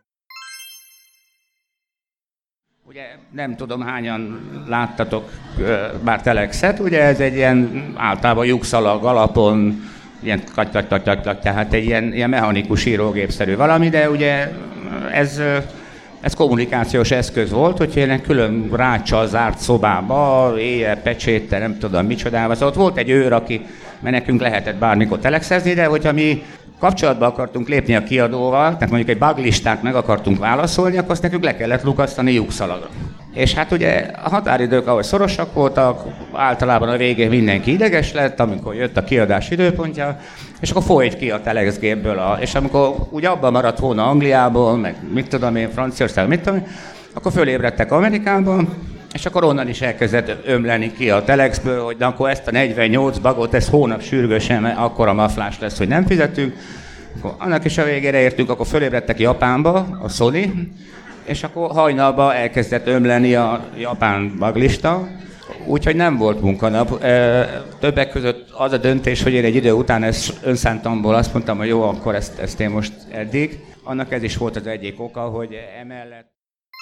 Speaker 22: Ugye nem tudom, hányan láttatok már telexet, ugye ez egy ilyen általában lyukszalag alapon, ilyen tehát egy ilyen mechanikus írógépszerű valami, de ugye ez kommunikációs eszköz volt, hogyha ilyen külön ráccsal zárt szobába, éjjel pecséttel, nem tudom micsodával. Szóval ott volt egy őr, mert nekünk lehetett bármikor telexezni, de hogyha mi kapcsolatba akartunk lépni a kiadóval, tehát mondjuk egy buglistát meg akartunk válaszolni, akkor azt nekünk le kellett lukasztani lyukszalagra. És hát ugye a határidők, ahogy szorosak voltak, általában a végén mindenki ideges lett, amikor jött a kiadás időpontja, és akkor folyt ki a telexgépből, és amikor úgy abban maradt volna Angliából, meg mit tudom én, Franciaország, mit tudom én, akkor fölébredtek Amerikában, és akkor onnan is elkezdett ömleni ki a telexből, hogy akkor ezt a 48 bagot, ez hónap sürgősen, mert akkora maflás lesz, hogy nem fizetünk. Akkor annak is a végére értünk, akkor fölébredtek Japánba, a Sony, és akkor hajnalban elkezdett ömleni a japán baglista, úgyhogy nem volt munkanap. Többek között az a döntés, hogy én egy idő után ezt önszántamból azt mondtam, hogy jó, akkor ezt én most eddig. Annak ez is volt az egyik oka, hogy emellett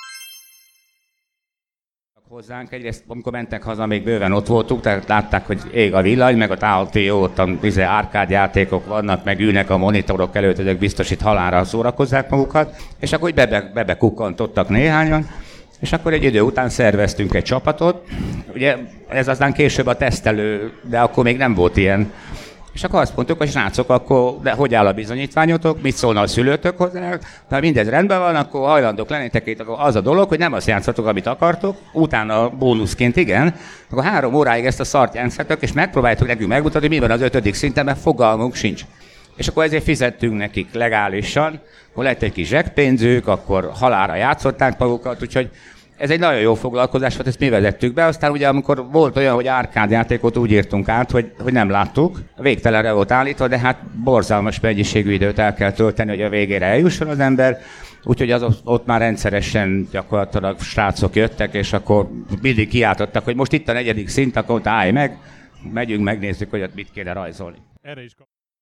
Speaker 22: hozzánk. Egyrészt, amikor mentek haza, még bőven ott voltunk, tehát látták, hogy ég a villany, meg a távol ott árkádjátékok vannak, meg ülnek a monitorok előtt, ezek biztos itt halálra szórakozzák magukat, és akkor bebekukkantottak néhányan, és akkor egy idő után szerveztünk egy csapatot. Ugye ez aztán később a tesztelő, de akkor még nem volt ilyen. És akkor azt mondtuk, hogy srácok, akkor de hogy áll a bizonyítványotok, mit szólna a szülőtök hozzá, ha mindez rendben van, akkor hajlandók lennétek itt, akkor az a dolog, hogy nem azt játszatok, amit akartok, utána bónuszként igen, akkor 3 óráig ezt a szart játszatok, és megpróbáljátok nekünk megmutatni, mi van az 5. szinten, mert fogalmunk sincs. És akkor ezért fizettünk nekik legálisan, akkor lett egy kis zseppénzük, akkor halálra játszották magukat, úgyhogy ez egy nagyon jó foglalkozás volt, ezt mi vezettük be. Aztán ugye amikor volt olyan, hogy árkádjátékot úgy írtunk át, hogy nem láttuk, végtelenre volt állítva, de hát borzalmas mennyiségű időt el kell tölteni, hogy a végére eljusson az ember. Úgyhogy ott már rendszeresen gyakorlatilag srácok jöttek, és akkor mindig kiáltottak, hogy most itt a 4. szint, akkor állj meg, megyünk, megnézzük, hogy ott mit kéne rajzolni.
Speaker 1: Erre is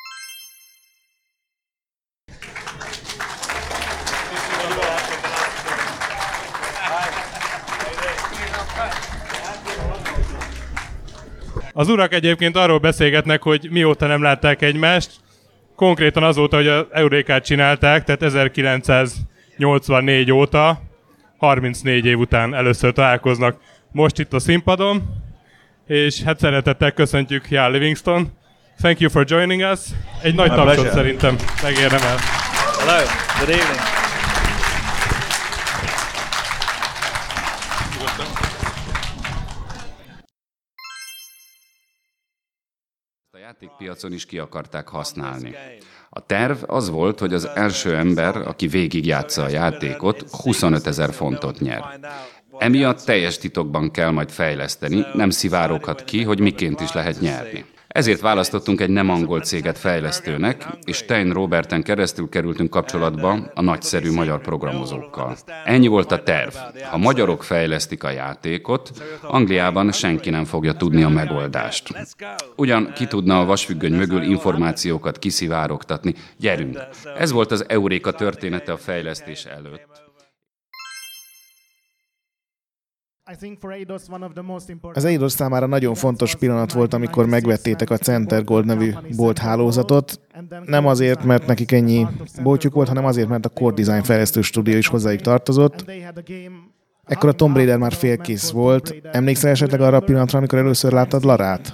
Speaker 1: Az urak egyébként arról beszélgetnek, hogy mióta nem látták egymást, konkrétan azóta, hogy az Eurékát csinálták, tehát 1984 óta, 34 év után először találkoznak most itt a színpadon, és hát szeretettel köszöntjük Jan Livingston. Thank you for joining us. Egy nagy tapsot szerintem megérdemel.
Speaker 12: Hello, good evening.
Speaker 13: Játékpiacon is ki akarták használni. A terv az volt, hogy az első ember, aki végigjátsza a játékot, 25 000 fontot nyer. Emiatt teljes titokban kell majd fejleszteni, nem szivároghat ki, hogy miként is lehet nyerni. Ezért választottunk egy nem angol céget fejlesztőnek, és Stein Roberten keresztül kerültünk kapcsolatba a nagyszerű magyar programozókkal. Ennyi volt a terv. Ha magyarok fejlesztik a játékot, Angliában senki nem fogja tudni a megoldást. Ugyan ki tudna a vasfüggöny mögül információkat kiszivárogtatni. Gyerünk! Ez volt az Euréka története a fejlesztés előtt.
Speaker 2: Az Eidos számára nagyon fontos pillanat volt, amikor megvettétek a Center Gold nevű bolthálózatot. Nem azért, mert nekik ennyi boltjuk volt, hanem azért, mert a Core Design fejlesztő stúdió is hozzájuk tartozott. Ekkor a Tomb Raider már félkész volt. Emlékszel esetleg arra a pillanatra, amikor először láttad Larát?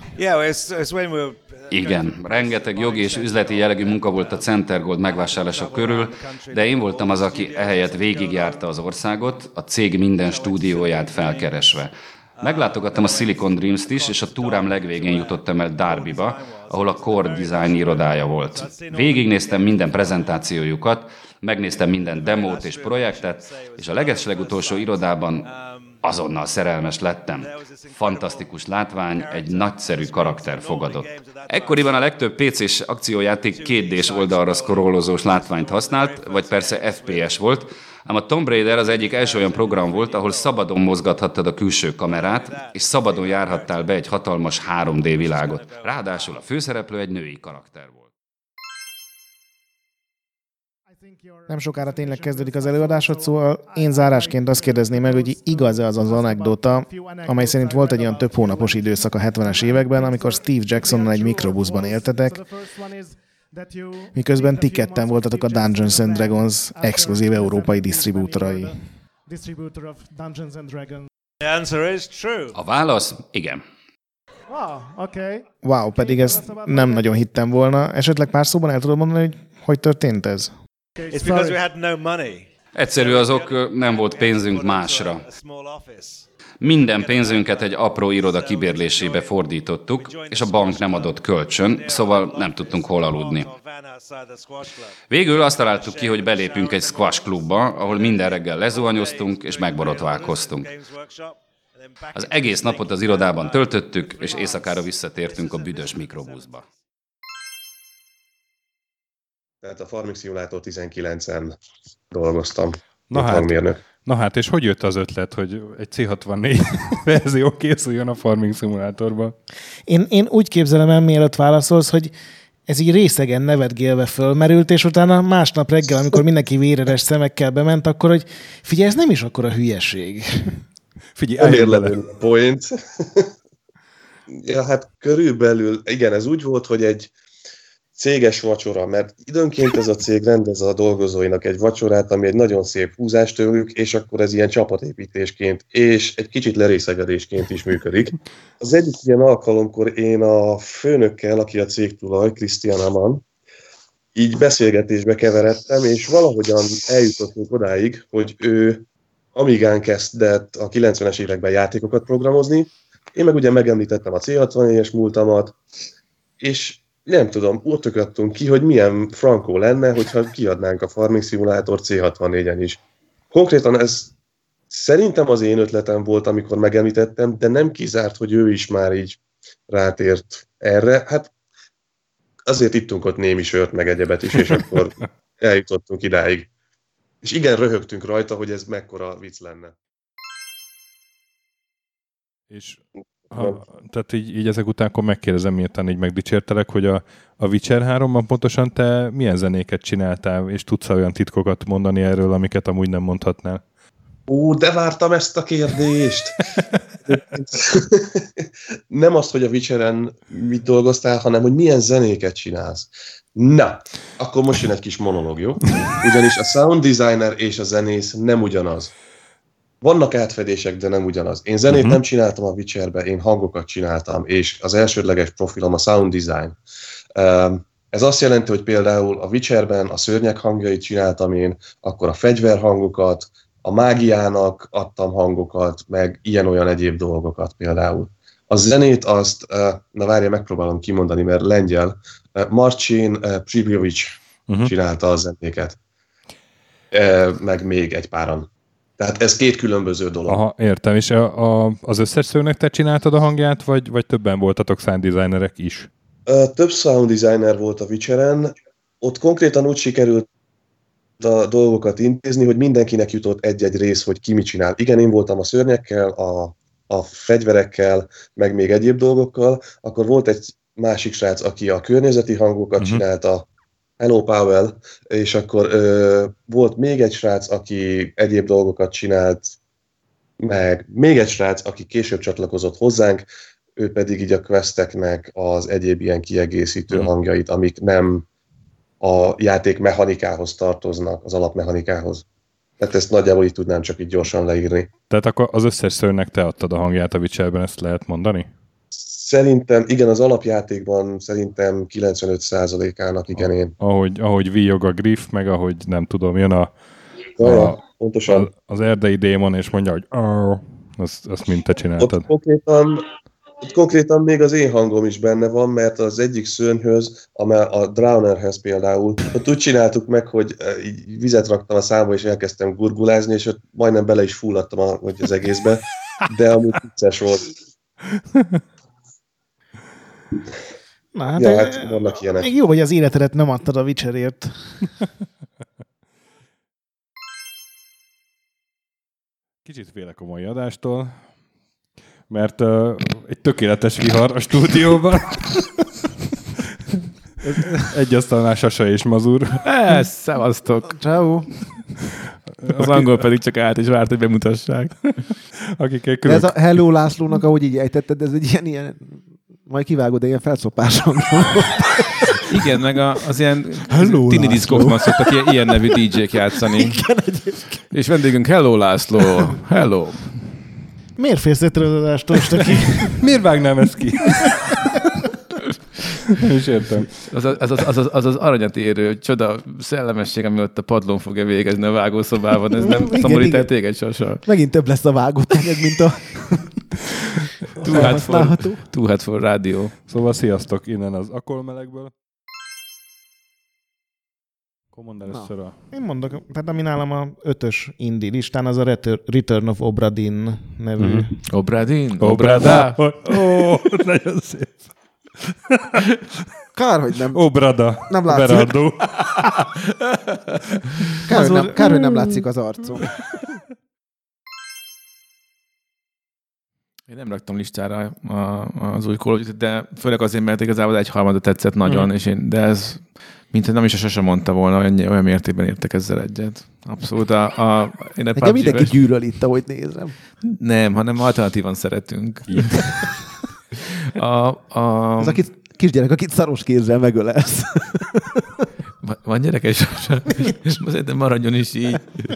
Speaker 13: Igen, rengeteg jogi és üzleti jellegű munka volt a Center Gold megvásárlása körül, de én voltam az, aki ehelyett végigjárta az országot, a cég minden stúdióját felkeresve. Meglátogattam a Silicon Dreams-t is, és a túrám legvégén jutottam el Derbyba, ahol a Core Design irodája volt. Végignéztem minden prezentációjukat, megnéztem minden demót és projektet, és a legeslegutolsó irodában azonnal szerelmes lettem. Fantasztikus látvány, egy nagyszerű karakter fogadott. Ekkoriban a legtöbb PC-s akciójáték 2D-s oldalra szkrollozós látványt használt, vagy persze FPS volt, ám a Tomb Raider az egyik első olyan program volt, ahol szabadon mozgathattad a külső kamerát, és szabadon járhattál be egy hatalmas 3D világot. Ráadásul a főszereplő egy női karakter volt.
Speaker 2: Nem sokára tényleg kezdődik az előadásod, szóval én zárásként azt kérdezném meg, hogy igaz-e az az anekdota, amely szerint volt egy olyan több hónapos időszak a 70-es években, amikor Steve Jacksonnal egy mikrobuszban éltetek, Miközben ti ketten voltatok a Dungeons and Dragons exkluzív európai disztribútorai.
Speaker 13: A válasz igen.
Speaker 2: Wow, pedig ezt nem nagyon hittem volna. Esetleg pár szóban el tudod mondani, hogy történt ez?
Speaker 13: Egyszerű az ok, nem volt pénzünk másra. Minden pénzünket egy apró iroda kibérlésébe fordítottuk, és a bank nem adott kölcsön, szóval nem tudtunk hol aludni. Végül azt találtuk ki, hogy belépünk egy squash klubba, ahol minden reggel lezuhanyoztunk és megborotválkoztunk. Az egész napot az irodában töltöttük, és éjszakára visszatértünk a büdös mikrobuszba.
Speaker 14: Tehát a Farming Simulator 19-en dolgoztam.
Speaker 1: Na hát, és hogy jött az ötlet, hogy egy C64 verzió készüljön a Farming Simulatorban?
Speaker 2: Én úgy képzelem el, mielőtt válaszolsz, hogy ez így részegen nevetgélve fölmerült, és utána másnap reggel, amikor mindenki véreres szemekkel bement, akkor, hogy figyelj, ez nem is akkora hülyeség.
Speaker 1: Figyelj,
Speaker 14: érlelő point. Ja, hát körülbelül, igen, ez úgy volt, hogy egy céges vacsora, mert időnként ez a cég rendez a dolgozóinak egy vacsorát, ami egy nagyon szép húzás tőlük, és akkor ez ilyen csapatépítésként, és egy kicsit lerészegedésként is működik. Az egyik ilyen alkalomkor én a főnökkel, aki a cégtulaj, Christian Amann, így beszélgetésbe keveredtem, és valahogyan eljutottunk odáig, hogy ő Amigán kezdett a 90-es években játékokat programozni, én meg ugye megemlítettem a C64-es múltamat, és nem tudom, ott ököttünk ki, hogy milyen frankó lenne, hogyha kiadnánk a Farming Simulator C64-en is. Konkrétan ez szerintem az én ötletem volt, amikor megemlítettem, de nem kizárt, hogy ő is már így rátért erre. Hát azért ittunk ott némi sört, meg egyebet is, és akkor eljutottunk idáig. És igen, röhögtünk rajta, hogy ez mekkora vicc lenne.
Speaker 1: És tehát így ezek után akkor megkérdezem, miután így megdicsértelek, hogy a Witcher 3-ban pontosan te milyen zenéket csináltál, és tudsz olyan titkokat mondani erről, amiket amúgy nem mondhatnál?
Speaker 14: De vártam ezt a kérdést! Nem azt, hogy a Witcheren mit dolgoztál, hanem hogy milyen zenéket csinálsz. Na, akkor most jön egy kis monológ, jó? Ugyanis a sound designer és a zenész nem ugyanaz. Vannak átfedések, de nem ugyanaz. Én zenét nem csináltam a Witcherbe, én hangokat csináltam, és az elsődleges profilom a sound design. Ez azt jelenti, hogy például a Witcherben a szörnyek hangjait csináltam én, akkor a fegyverhangokat, a mágiának adtam hangokat, meg ilyen-olyan egyéb dolgokat például. A zenét azt, na várja, megpróbálom kimondani, mert lengyel, Marcin Przybyowicz csinálta a zenéket, meg még egy páran. Tehát ez két különböző dolog.
Speaker 1: Aha, értem. És az összes szőrnek te csináltad a hangját, vagy többen voltatok sound designerek is?
Speaker 14: Több sound designer volt a Witcheren. Ott konkrétan úgy sikerült a dolgokat intézni, hogy mindenkinek jutott egy-egy rész, hogy ki mit csinál. Igen, én voltam a szörnyekkel, a fegyverekkel, meg még egyéb dolgokkal. Akkor volt egy másik srác, aki a környezeti hangokat csinálta, Hello Powell, és akkor volt még egy srác, aki egyéb dolgokat csinált, meg még egy srác, aki később csatlakozott hozzánk, ő pedig így a questeknek az egyéb ilyen kiegészítő hangjait, amik nem a játék mechanikához tartoznak, az alapmechanikához. Tehát ezt nagyjából így tudnám csak így gyorsan leírni.
Speaker 1: Tehát akkor az összes szörnynek te adtad a hangját a Witcherben, ezt lehet mondani?
Speaker 14: Szerintem, igen, az alapjátékban szerintem 95%-ának igen én.
Speaker 1: Ahogy víjog a Griff, meg ahogy nem tudom, jön
Speaker 14: pontosan.
Speaker 1: Az erdei démon, és mondja, hogy azt mind te csináltad.
Speaker 14: Ott konkrétan még az én hangom is benne van, mert az egyik szörnyhöz, a Drownerhez például, ott úgy csináltuk meg, hogy így vizet raktam a számba, és elkezdtem gurgulázni, és ott majdnem bele is fulladtam az egészbe, de amúgy vicces volt.
Speaker 2: Na, hát,
Speaker 14: ja, hát vannak ilyenek.
Speaker 2: Még jó, hogy az életedet nem adtad a Witcherért.
Speaker 1: Kicsit félek a mai adástól, mert egy tökéletes vihar a stúdióban. Egy asztalnál Sasa és Mazur.
Speaker 6: Szevasztok. Ciao. Az angol pedig csak állt és várt, hogy bemutassák.
Speaker 7: Ez a Hello Lászlónak, ahogy így ejtetted, ez egy ilyen majd kivágod, de ilyen felszopás hangom.
Speaker 6: Igen, meg az ilyen tini diszkókban szoktak ilyen nevű DJ-k játszani.
Speaker 2: Igen,
Speaker 6: és vendégünk Hello László. Hello.
Speaker 2: Miért félsz ettől ki?
Speaker 1: Miért vágnám ezt ki? Nem is értem.
Speaker 6: Az aranyat érő csoda szellemesség, ami ott a padlón fogja végezni a vágószobában. Ez nem szomorít el téged sosem.
Speaker 7: Megint több lesz a vágótányod, mint a...
Speaker 6: Too hot for rádió.
Speaker 1: Szóval sziasztok innen az Akolmelegből. Akkor mondd először a...
Speaker 2: Én mondok, tehát ami nálam a 5-ös indie listán, az a Return of Obra Dinn nevű.
Speaker 6: Obra Dinn?
Speaker 1: Obrada? Ó, nagyon szép.
Speaker 7: Kár, hogy nem...
Speaker 1: Obrada.
Speaker 7: Nem látszik.
Speaker 1: Berardo.
Speaker 7: Kár, hogy nem látszik az arcom.
Speaker 6: Én nem raktam listára az új Call of Duty, de főleg azért, mert igazából egyharmada tetszett nagyon, és de ez, mint nem is sosem mondta volna, olyan mértékben értek ezzel egyet. Abszolút.
Speaker 7: Nekem mindenki gyűlöl itt, ahogy nézem.
Speaker 6: Nem, hanem alternatívan szeretünk.
Speaker 7: Az a kisgyerek, akit szaros kézzel megölelsz.
Speaker 6: Van gyerek és azért maradjon is így.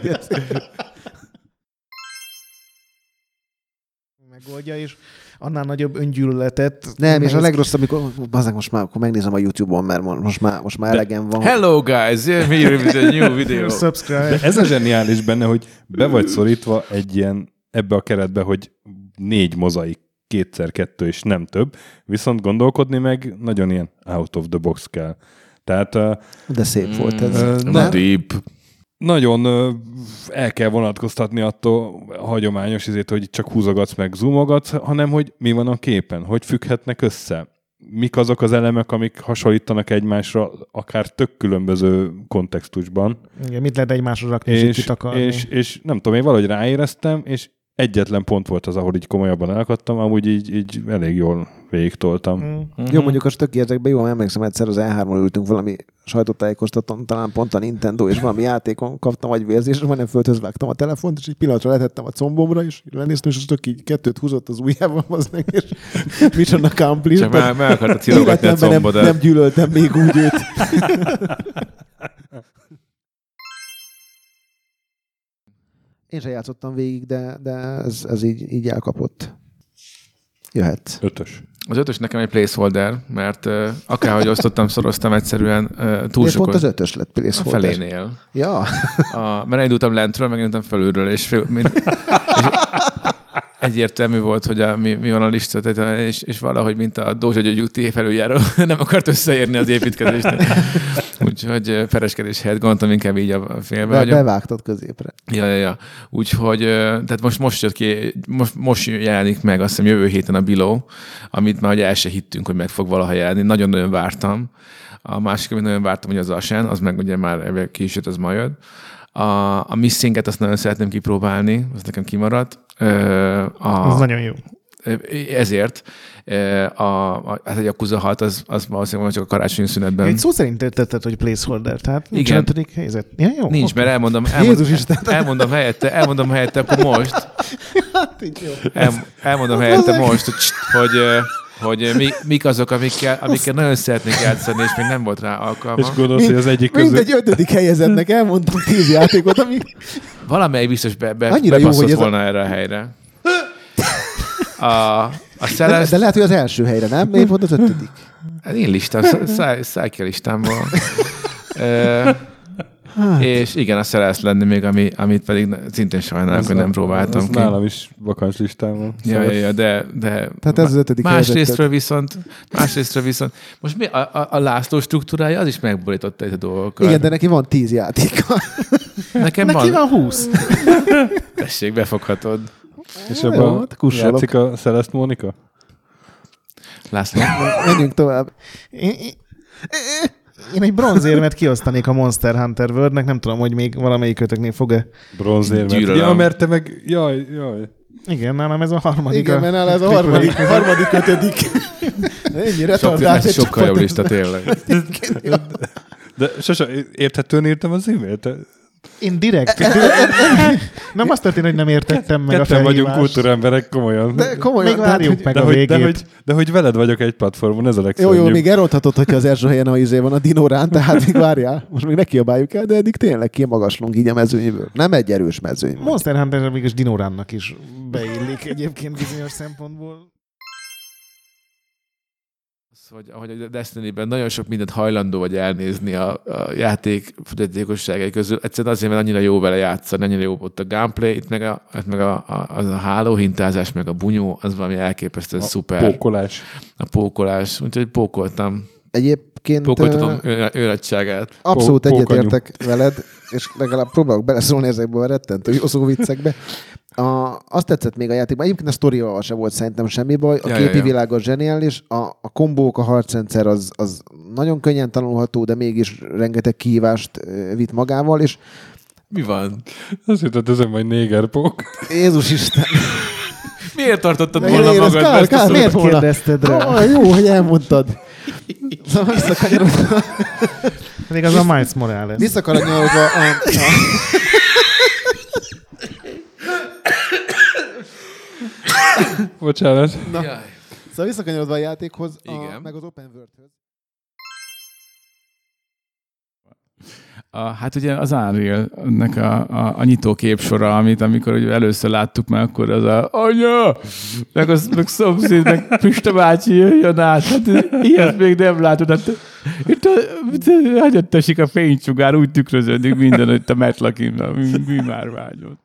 Speaker 2: Megoldja, és annál nagyobb öngyűlöletet...
Speaker 7: Nem, és a legrosszabb, amikor most már akkor megnézem a YouTube-on, mert most már elegem van.
Speaker 6: Hello guys, yeah, me with a new video.
Speaker 2: Subscribe.
Speaker 1: De ez a zseniális benne, hogy be vagy szorítva egy ilyen ebbe a keretbe, hogy 4 mozaik, 2x2 és nem több, viszont gondolkodni meg nagyon ilyen out of the box kell. Tehát...
Speaker 7: De szép volt ez.
Speaker 6: Deep.
Speaker 1: Nagyon el kell vonatkoztatni attól a hagyományos izét, hogy csak húzogatsz meg zoomogatsz, hanem hogy mi van a képen, hogy függhetnek össze. Mik azok az elemek, amik hasonlítanak egymásra, akár tök különböző kontextusban.
Speaker 2: Igen, mit lehet egymásra rakni, és kitakarni.
Speaker 1: És nem tudom, én valahogy ráéreztem, és egyetlen pont volt az, ahol így komolyabban elakadtam, amúgy így elég jól végigtoltam.
Speaker 7: Mm-hmm. Jó, mondjuk a stöki ezekben jól emlékszem, egyszer az E3-on ültünk valami sajtótájékoztatón, talán pont a Nintendo, és valami játékon kaptam agyvérzést, és majdnem földhöz vágtam a telefont, és egy pillanatra letettem a combomra, és lenéztem, és a stöki így 2 húzott az ujjával, az meg, és mission accomplished.
Speaker 6: Csak meg akartad cilogatni a combodat.
Speaker 7: Nem gyűlöltem még úgy őt. Én sem játszottam végig, de ez így elkapott. Jöhet.
Speaker 1: 5-ös.
Speaker 6: Az 5-ös nekem egy placeholder, mert akárhogy osztottam, szoroztam egyszerűen túl sokat.
Speaker 7: Pont az 5-ös lett placeholder.
Speaker 6: A felénél.
Speaker 7: Ja.
Speaker 6: Mert elindultam lentről, megindultam felülről, és egyértelmű volt, hogy mi van a lista, és valahogy, mint a Dózsa Gyógyúti felüljáró, nem akart összeérni az építkezésnek. Úgyhogy pereskedés helyett gondoltam inkább így a félbe.
Speaker 7: Bevágtad középre.
Speaker 6: Ja. Úgyhogy, tehát most jött ki, most jelenik meg, azt hiszem jövő héten a Below, amit már el se hittünk, hogy meg fog valaha jelenni. Nagyon-nagyon vártam. A másik, amit nagyon vártam, hogy az Ashen, az meg ugye már ki is jött, az majd jött. A Missing-et azt nagyon szeretném kipróbálni, az nekem kimaradt.
Speaker 2: Az nagyon jó.
Speaker 6: Ezért hát a Yakuza 6 az valószínűleg csak a karácsonyi szünetben.
Speaker 2: Egy szó szerint tetted, hogy placeholder, tehát nincs
Speaker 6: igen.
Speaker 2: 5. helyzet. Ja, jó,
Speaker 6: nincs,
Speaker 2: okay.
Speaker 6: Mert elmondom helyette, akkor most. Elmondom helyette most, hogy mik azok, amikkel nagyon szeretnék játszani, és még nem volt rá alkalma.
Speaker 1: És gondolsz, hogy az egyik közül...
Speaker 7: Mindegy 5. helyezettnek elmondtam 10 játékot, ami...
Speaker 6: Valamelyik biztos bepaszott volna erre a helyre. A Celeste...
Speaker 7: De lehet, hogy az első helyre, nem? Miért volt az 5?
Speaker 6: Hát én listám, szállj ki a listámból. És igen, a Celeste lenni még, amit pedig szintén sajnálom, hogy nem próbáltam ki.
Speaker 1: Nálam is vakancs listám van.
Speaker 6: Ja, de
Speaker 7: tehát ez az 5.
Speaker 6: másrésztről viszont most mi a László struktúrája, az is megborította egy a dolgokat.
Speaker 7: Igen, de neki van 10 játéka.
Speaker 6: Neki
Speaker 2: van 20.
Speaker 6: Tessék, befoghatod.
Speaker 1: És ebben játszik a Celeste Mónika?
Speaker 6: László.
Speaker 7: Menjünk tovább.
Speaker 2: Én egy bronzérmet kiosztanék a Monster Hunter Worldnek, nem tudom, hogy még valamelyikötöknél fog-e.
Speaker 1: Bronzérmet? Ja, mert te meg... Jaj.
Speaker 2: Igen, nálam ez a harmadik.
Speaker 7: Igen, mert nálam ez a harmadik 5. Ennyi retardált.
Speaker 6: Sokkal jobb lista, tényleg.
Speaker 1: De sose érthetően írtam az e-mailt?
Speaker 2: Én direkt. Nem azt történt, hogy nem értettem meg a
Speaker 1: Ketten
Speaker 2: felhívást.
Speaker 1: vagyunk kultúremberek, komolyan.
Speaker 7: De komolyan.
Speaker 2: Még várjuk meg a végét.
Speaker 1: De hogy veled vagyok egy platformon, ez a legszörnyűbb.
Speaker 7: Jó, még elronthatod, hogyha az első helyen van a dinórán, tehát még várjál. Most még ne kiabáljuk el, de eddig tényleg kimagaslunk így a mezőnyből. Nem egy erős mezőny.
Speaker 2: Monster Hunter mégis dinóránnak is beillik egyébként bizonyos szempontból.
Speaker 6: Hogy a Destiny-ben nagyon sok mindent hajlandó vagy elnézni a játék fogyatékosságai közül. Egyszerűen azért, mert annyira jó vele játszani, annyira jó ott a gameplay, itt meg az a hálóhintázás, meg a bunyó, az valami elképesztően szuper. A pókolás. Úgyhogy pókoltam.
Speaker 7: Egyébként...
Speaker 6: Pókoltatom őregyságát.
Speaker 7: Abszolút egyetértek veled, és legalább próbálok beleszólni ezekbe a rettentő jó szó viccekbe. Azt tetszett még a játékban, egyébként a sztorival se volt szerintem semmi baj, a képi világ az zseniális, a kombók, a harcrendszer az nagyon könnyen tanulható, de mégis rengeteg kihívást vitt magával, és
Speaker 6: mi van?
Speaker 1: Azt jutott ezen majd négerpók.
Speaker 7: Jézus Isten!
Speaker 6: Miért tartottad volna magad?
Speaker 7: Miért kérdezted rá? Jó, hogy elmondtad. Szóval visszakanyarodva.
Speaker 2: Még az a Miles Morales.
Speaker 7: Visszakanyarodva
Speaker 1: Bocsánat.
Speaker 7: Na, szóval visszakanyarodva a játékhoz, meg az Open World-höz.
Speaker 6: Hát ugye az Unreal-nek a nyitó képsora, amit amikor ugye először láttuk meg, akkor az anya, meg szomszéd, meg Pista bácsi jöjjön át, hát ilyet még nem látod, hát itt hagyott esik a fénysugár, úgy tükröződik minden, hogy a Metlakin, mi már vágyott.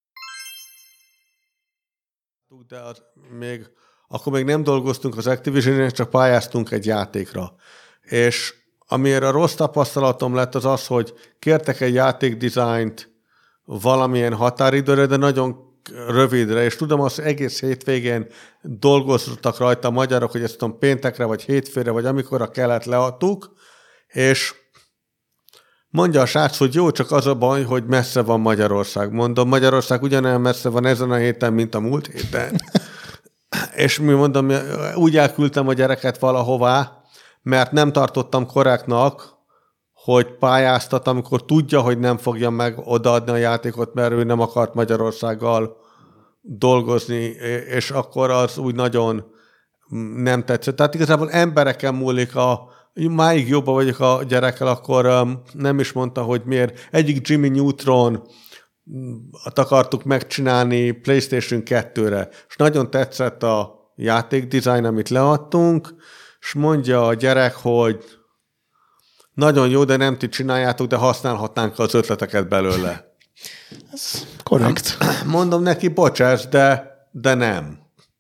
Speaker 15: De akkor még nem dolgoztunk az Activision-en, csak pályáztunk egy játékra. És amire rossz tapasztalatom lett az az, hogy kértek egy játékdizájnt valamilyen határidőre, de nagyon rövidre, és tudom, az egész hétvégén dolgoztak rajta a magyarok, hogy ezt tudom péntekre, vagy hétfőre, vagy amikorra kellett leadtuk, és mondja a srác, hogy jó, csak az a baj, hogy messze van Magyarország. Mondom, Magyarország ugyanolyan messze van ezen a héten, mint a múlt héten. És mi mondom, úgy elküldtem a gyereket valahová, mert nem tartottam korrektnak, hogy pályáztat, amikor tudja, hogy nem fogja meg odaadni a játékot, mert ő nem akart Magyarországgal dolgozni, és akkor az úgy nagyon nem tetszett. Tehát igazából embereken múlik máig jobban vagyok a gyerekkel, akkor nem is mondta, hogy miért. Egyik Jimmy Neutron akartuk megcsinálni PlayStation 2-re, és nagyon tetszett a játékdesign, amit leadtunk, és mondja a gyerek, hogy nagyon jó, de nem ti csináljátok, de használhatnánk az ötleteket belőle.
Speaker 2: Ez korrekt.
Speaker 15: Mondom neki, bocsáss, de nem.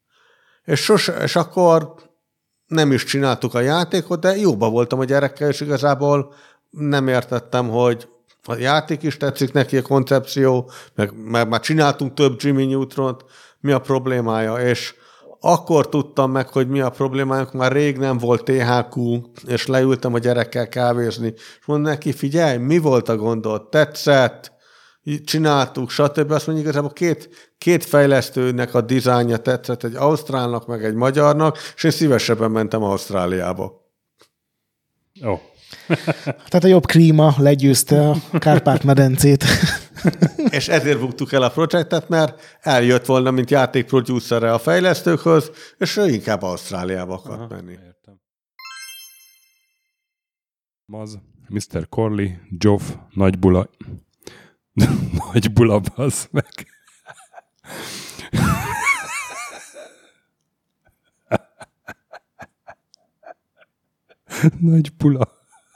Speaker 15: És akkor nem is csináltuk a játékot, de jóba voltam a gyerekkel, és igazából nem értettem, hogy a játék is tetszik neki, a koncepció, meg már csináltunk több Jimmy Neutront, mi a problémája, és akkor tudtam meg, hogy mi a problémájuk, már rég nem volt THQ, és leültem a gyerekkel kávézni, és mondom neki, figyelj, mi volt a gondod, tetszett, csináltuk, stb. Azt mondjuk, igazából két fejlesztőnek a dizájnja tetszett, egy ausztrálnak, meg egy magyarnak, és én szívesebben mentem Ausztráliába.
Speaker 1: Ó.
Speaker 2: Tehát a jobb klíma legyőzte a Kárpát-medencét.
Speaker 15: És ezért buktuk el a projektet, mert eljött volna, mint játékproducerre a fejlesztőkhöz, és ő inkább Ausztráliába akart menni.
Speaker 1: Értem. Maz, Mr. Corley, Joff, Nagy Bula. Nagy Bula, bazd meg. Nagy Bula.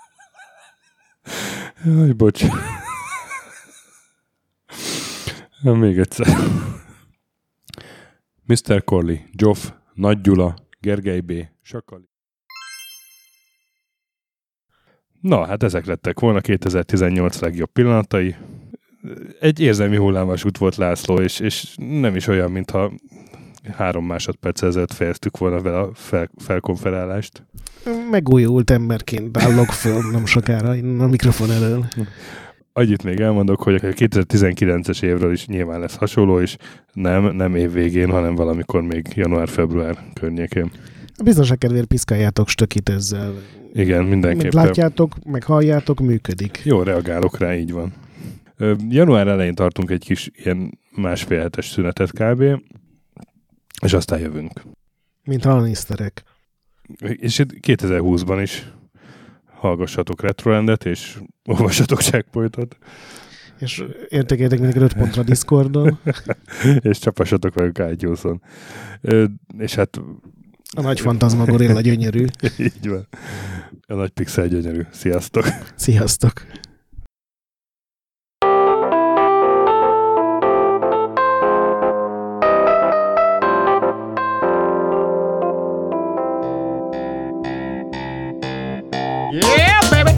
Speaker 1: Jaj, bocs. Még egyszer. Mr. Corley, Joff, Nagy Gyula, Gergely B., Sakali. Na, hát ezek lettek volna 2018 legjobb pillanatai. Egy érzelmi hullámvasút volt László, és nem is olyan, mintha 3 másodperc ezelőtt fejeztük volna vele a felkonferálást.
Speaker 2: Megújult emberként állok föl nem sokára a mikrofon elől.
Speaker 1: Annyit még elmondok, hogy a 2019-es évről is nyilván lesz hasonló, és nem év végén, hanem valamikor még január-február környékén.
Speaker 2: A biztonság kedvéért piszkáljátok stökit ezzel.
Speaker 1: Igen, mindenképpen.
Speaker 2: Mint látjátok, meg halljátok, működik.
Speaker 1: Jó, reagálok rá, így van. Január elején tartunk egy kis ilyen másfél hetes szünetet kb. És aztán jövünk.
Speaker 2: Mint a Lannisterek.
Speaker 1: És 2020-ban is hallgassatok Retrolandet, és olvassatok Checkpointot.
Speaker 2: És értékeljetek mindig 5 pontra Discordon.
Speaker 1: És csapassatok velünk iTunes-on. És hát...
Speaker 2: A nagy fantazmagorilla gyönyörű.
Speaker 1: Így van. A nagy pixel gyönyörű. Sziasztok!
Speaker 2: Sziasztok!
Speaker 10: Yeah, baby!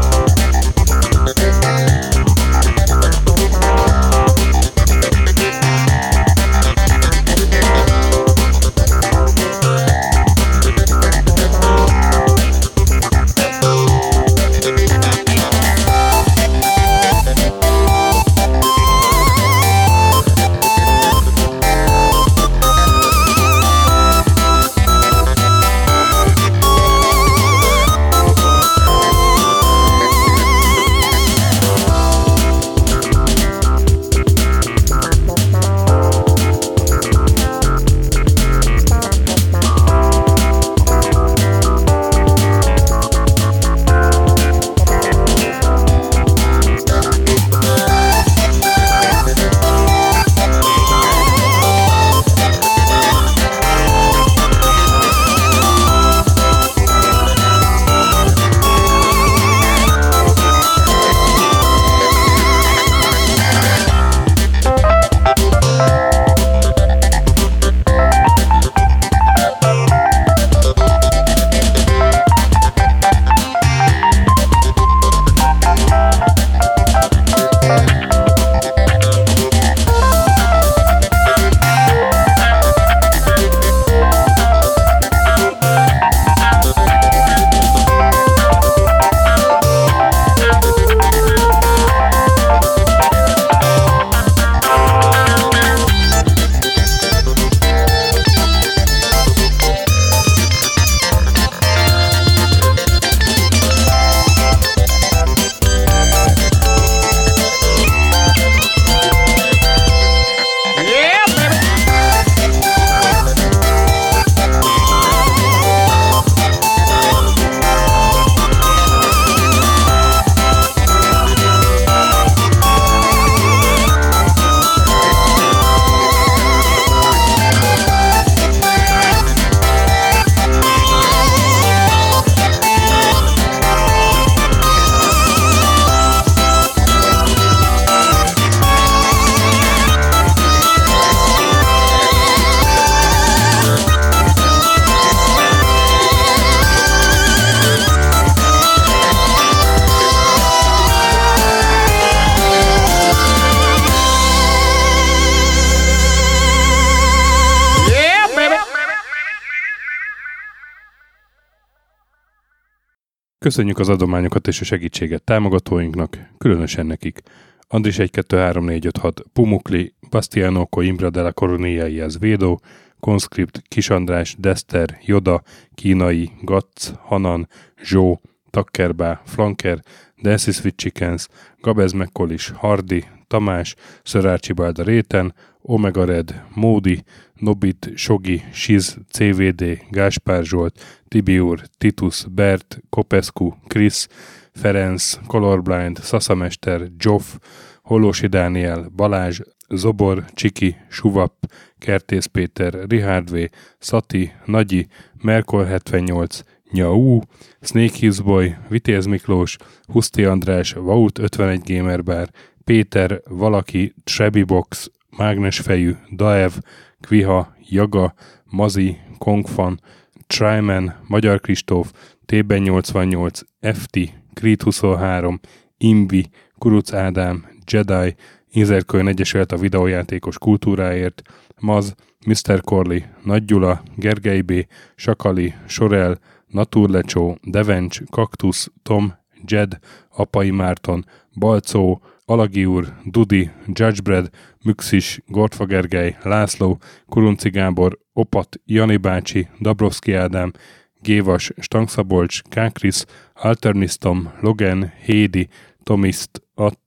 Speaker 1: Köszönjük az adományokat és a segítséget támogatóinknak, különösen nekik. Andris 1, 2, 3, 4, 5, 6, Pumukli, Bastiano Coimbra de la Coroniaiaz Védó, Conscript, Kis András, Dester, Joda, Kínai, Gatz, Hanan, Zsó, Takkerbá, Flanker, Dancy Sweet Chickens, Gabez Mekkolis, Hardi, Tamás, Sir Archibald a Réten, Omega Red, Módi, Nobit, Sogi, Siz, CVD, Gáspár Zsolt, Tibiur, Titus, Bert, Kopescu, Krisz, Ferenc, Colorblind, Szaszamester, Zsoff, Hollósi Dániel, Balázs, Zobor, Csiki, Suvap, Kertész Péter, Richard V, Szati, Nagyi, Merkor 78, Nyau, Snake Hills Boy, Vitéz Miklós, Huszti András, Vaut 51 Gamer Bar, Péter, Valaki, Trebibox, Mágnesfejű, Daev, Kviha, Jaga, Mazi, Kongfan, Tryman, Magyar Kristóf, Tében 88, FT, Creed 23, Imbi, Kuruc Ádám, Jedi, Inzerkőn Egyesület a videójátékos kultúráért, Maz, Mr. Corley, Nagy Gyula, Gergely B., Sakali, Sorel, Naturlecsó, Devencs, Kaktusz, Tom, Jed, Apai Márton, Balcó, Alagi úr, Dudi, Judgebred, Müxis, Gortfa Gergely, László, Kurunci Gábor, Opat, Jani bácsi, Dabrowski Ádám, Gévas, Stangszabolcs, Kákris, Alternisztom, Logan, Hédi, Tomiszt, Att,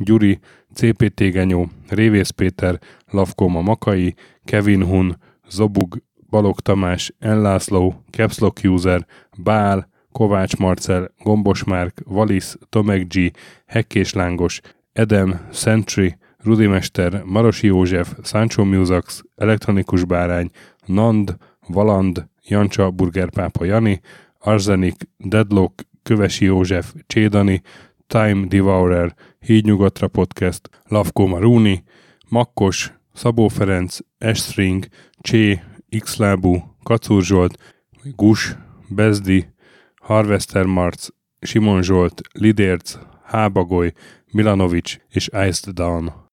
Speaker 1: Gyuri, CPT Genyó, Révész Péter, Lavkoma Makai, Kevin Hun, Zobug, Balog Tamás, Enlászló, Capslock User, Bál, Kovács Marcel, Gombos Márk, Valisz, Tomek G, Hekkés Lángos, Edem, Sentry, Rudimester, Marosi József, Sancho Musax, Elektronikus Bárány, Nand, Valand, Jancsa, Burgerpápa Jani, Arzenik, Deadlock, Kövesi József, Csédani, Time Devourer, Hídnyugatra Podcast, Lavko Maruni, Makkos, Szabó Ferenc, Estring, Csé, Xlábú, Kacúr Zsolt, Gus, Bezdi, Harvester Marc, Simon Zsolt, Lidérc, Hábagoly, Milanovic és Iced Down.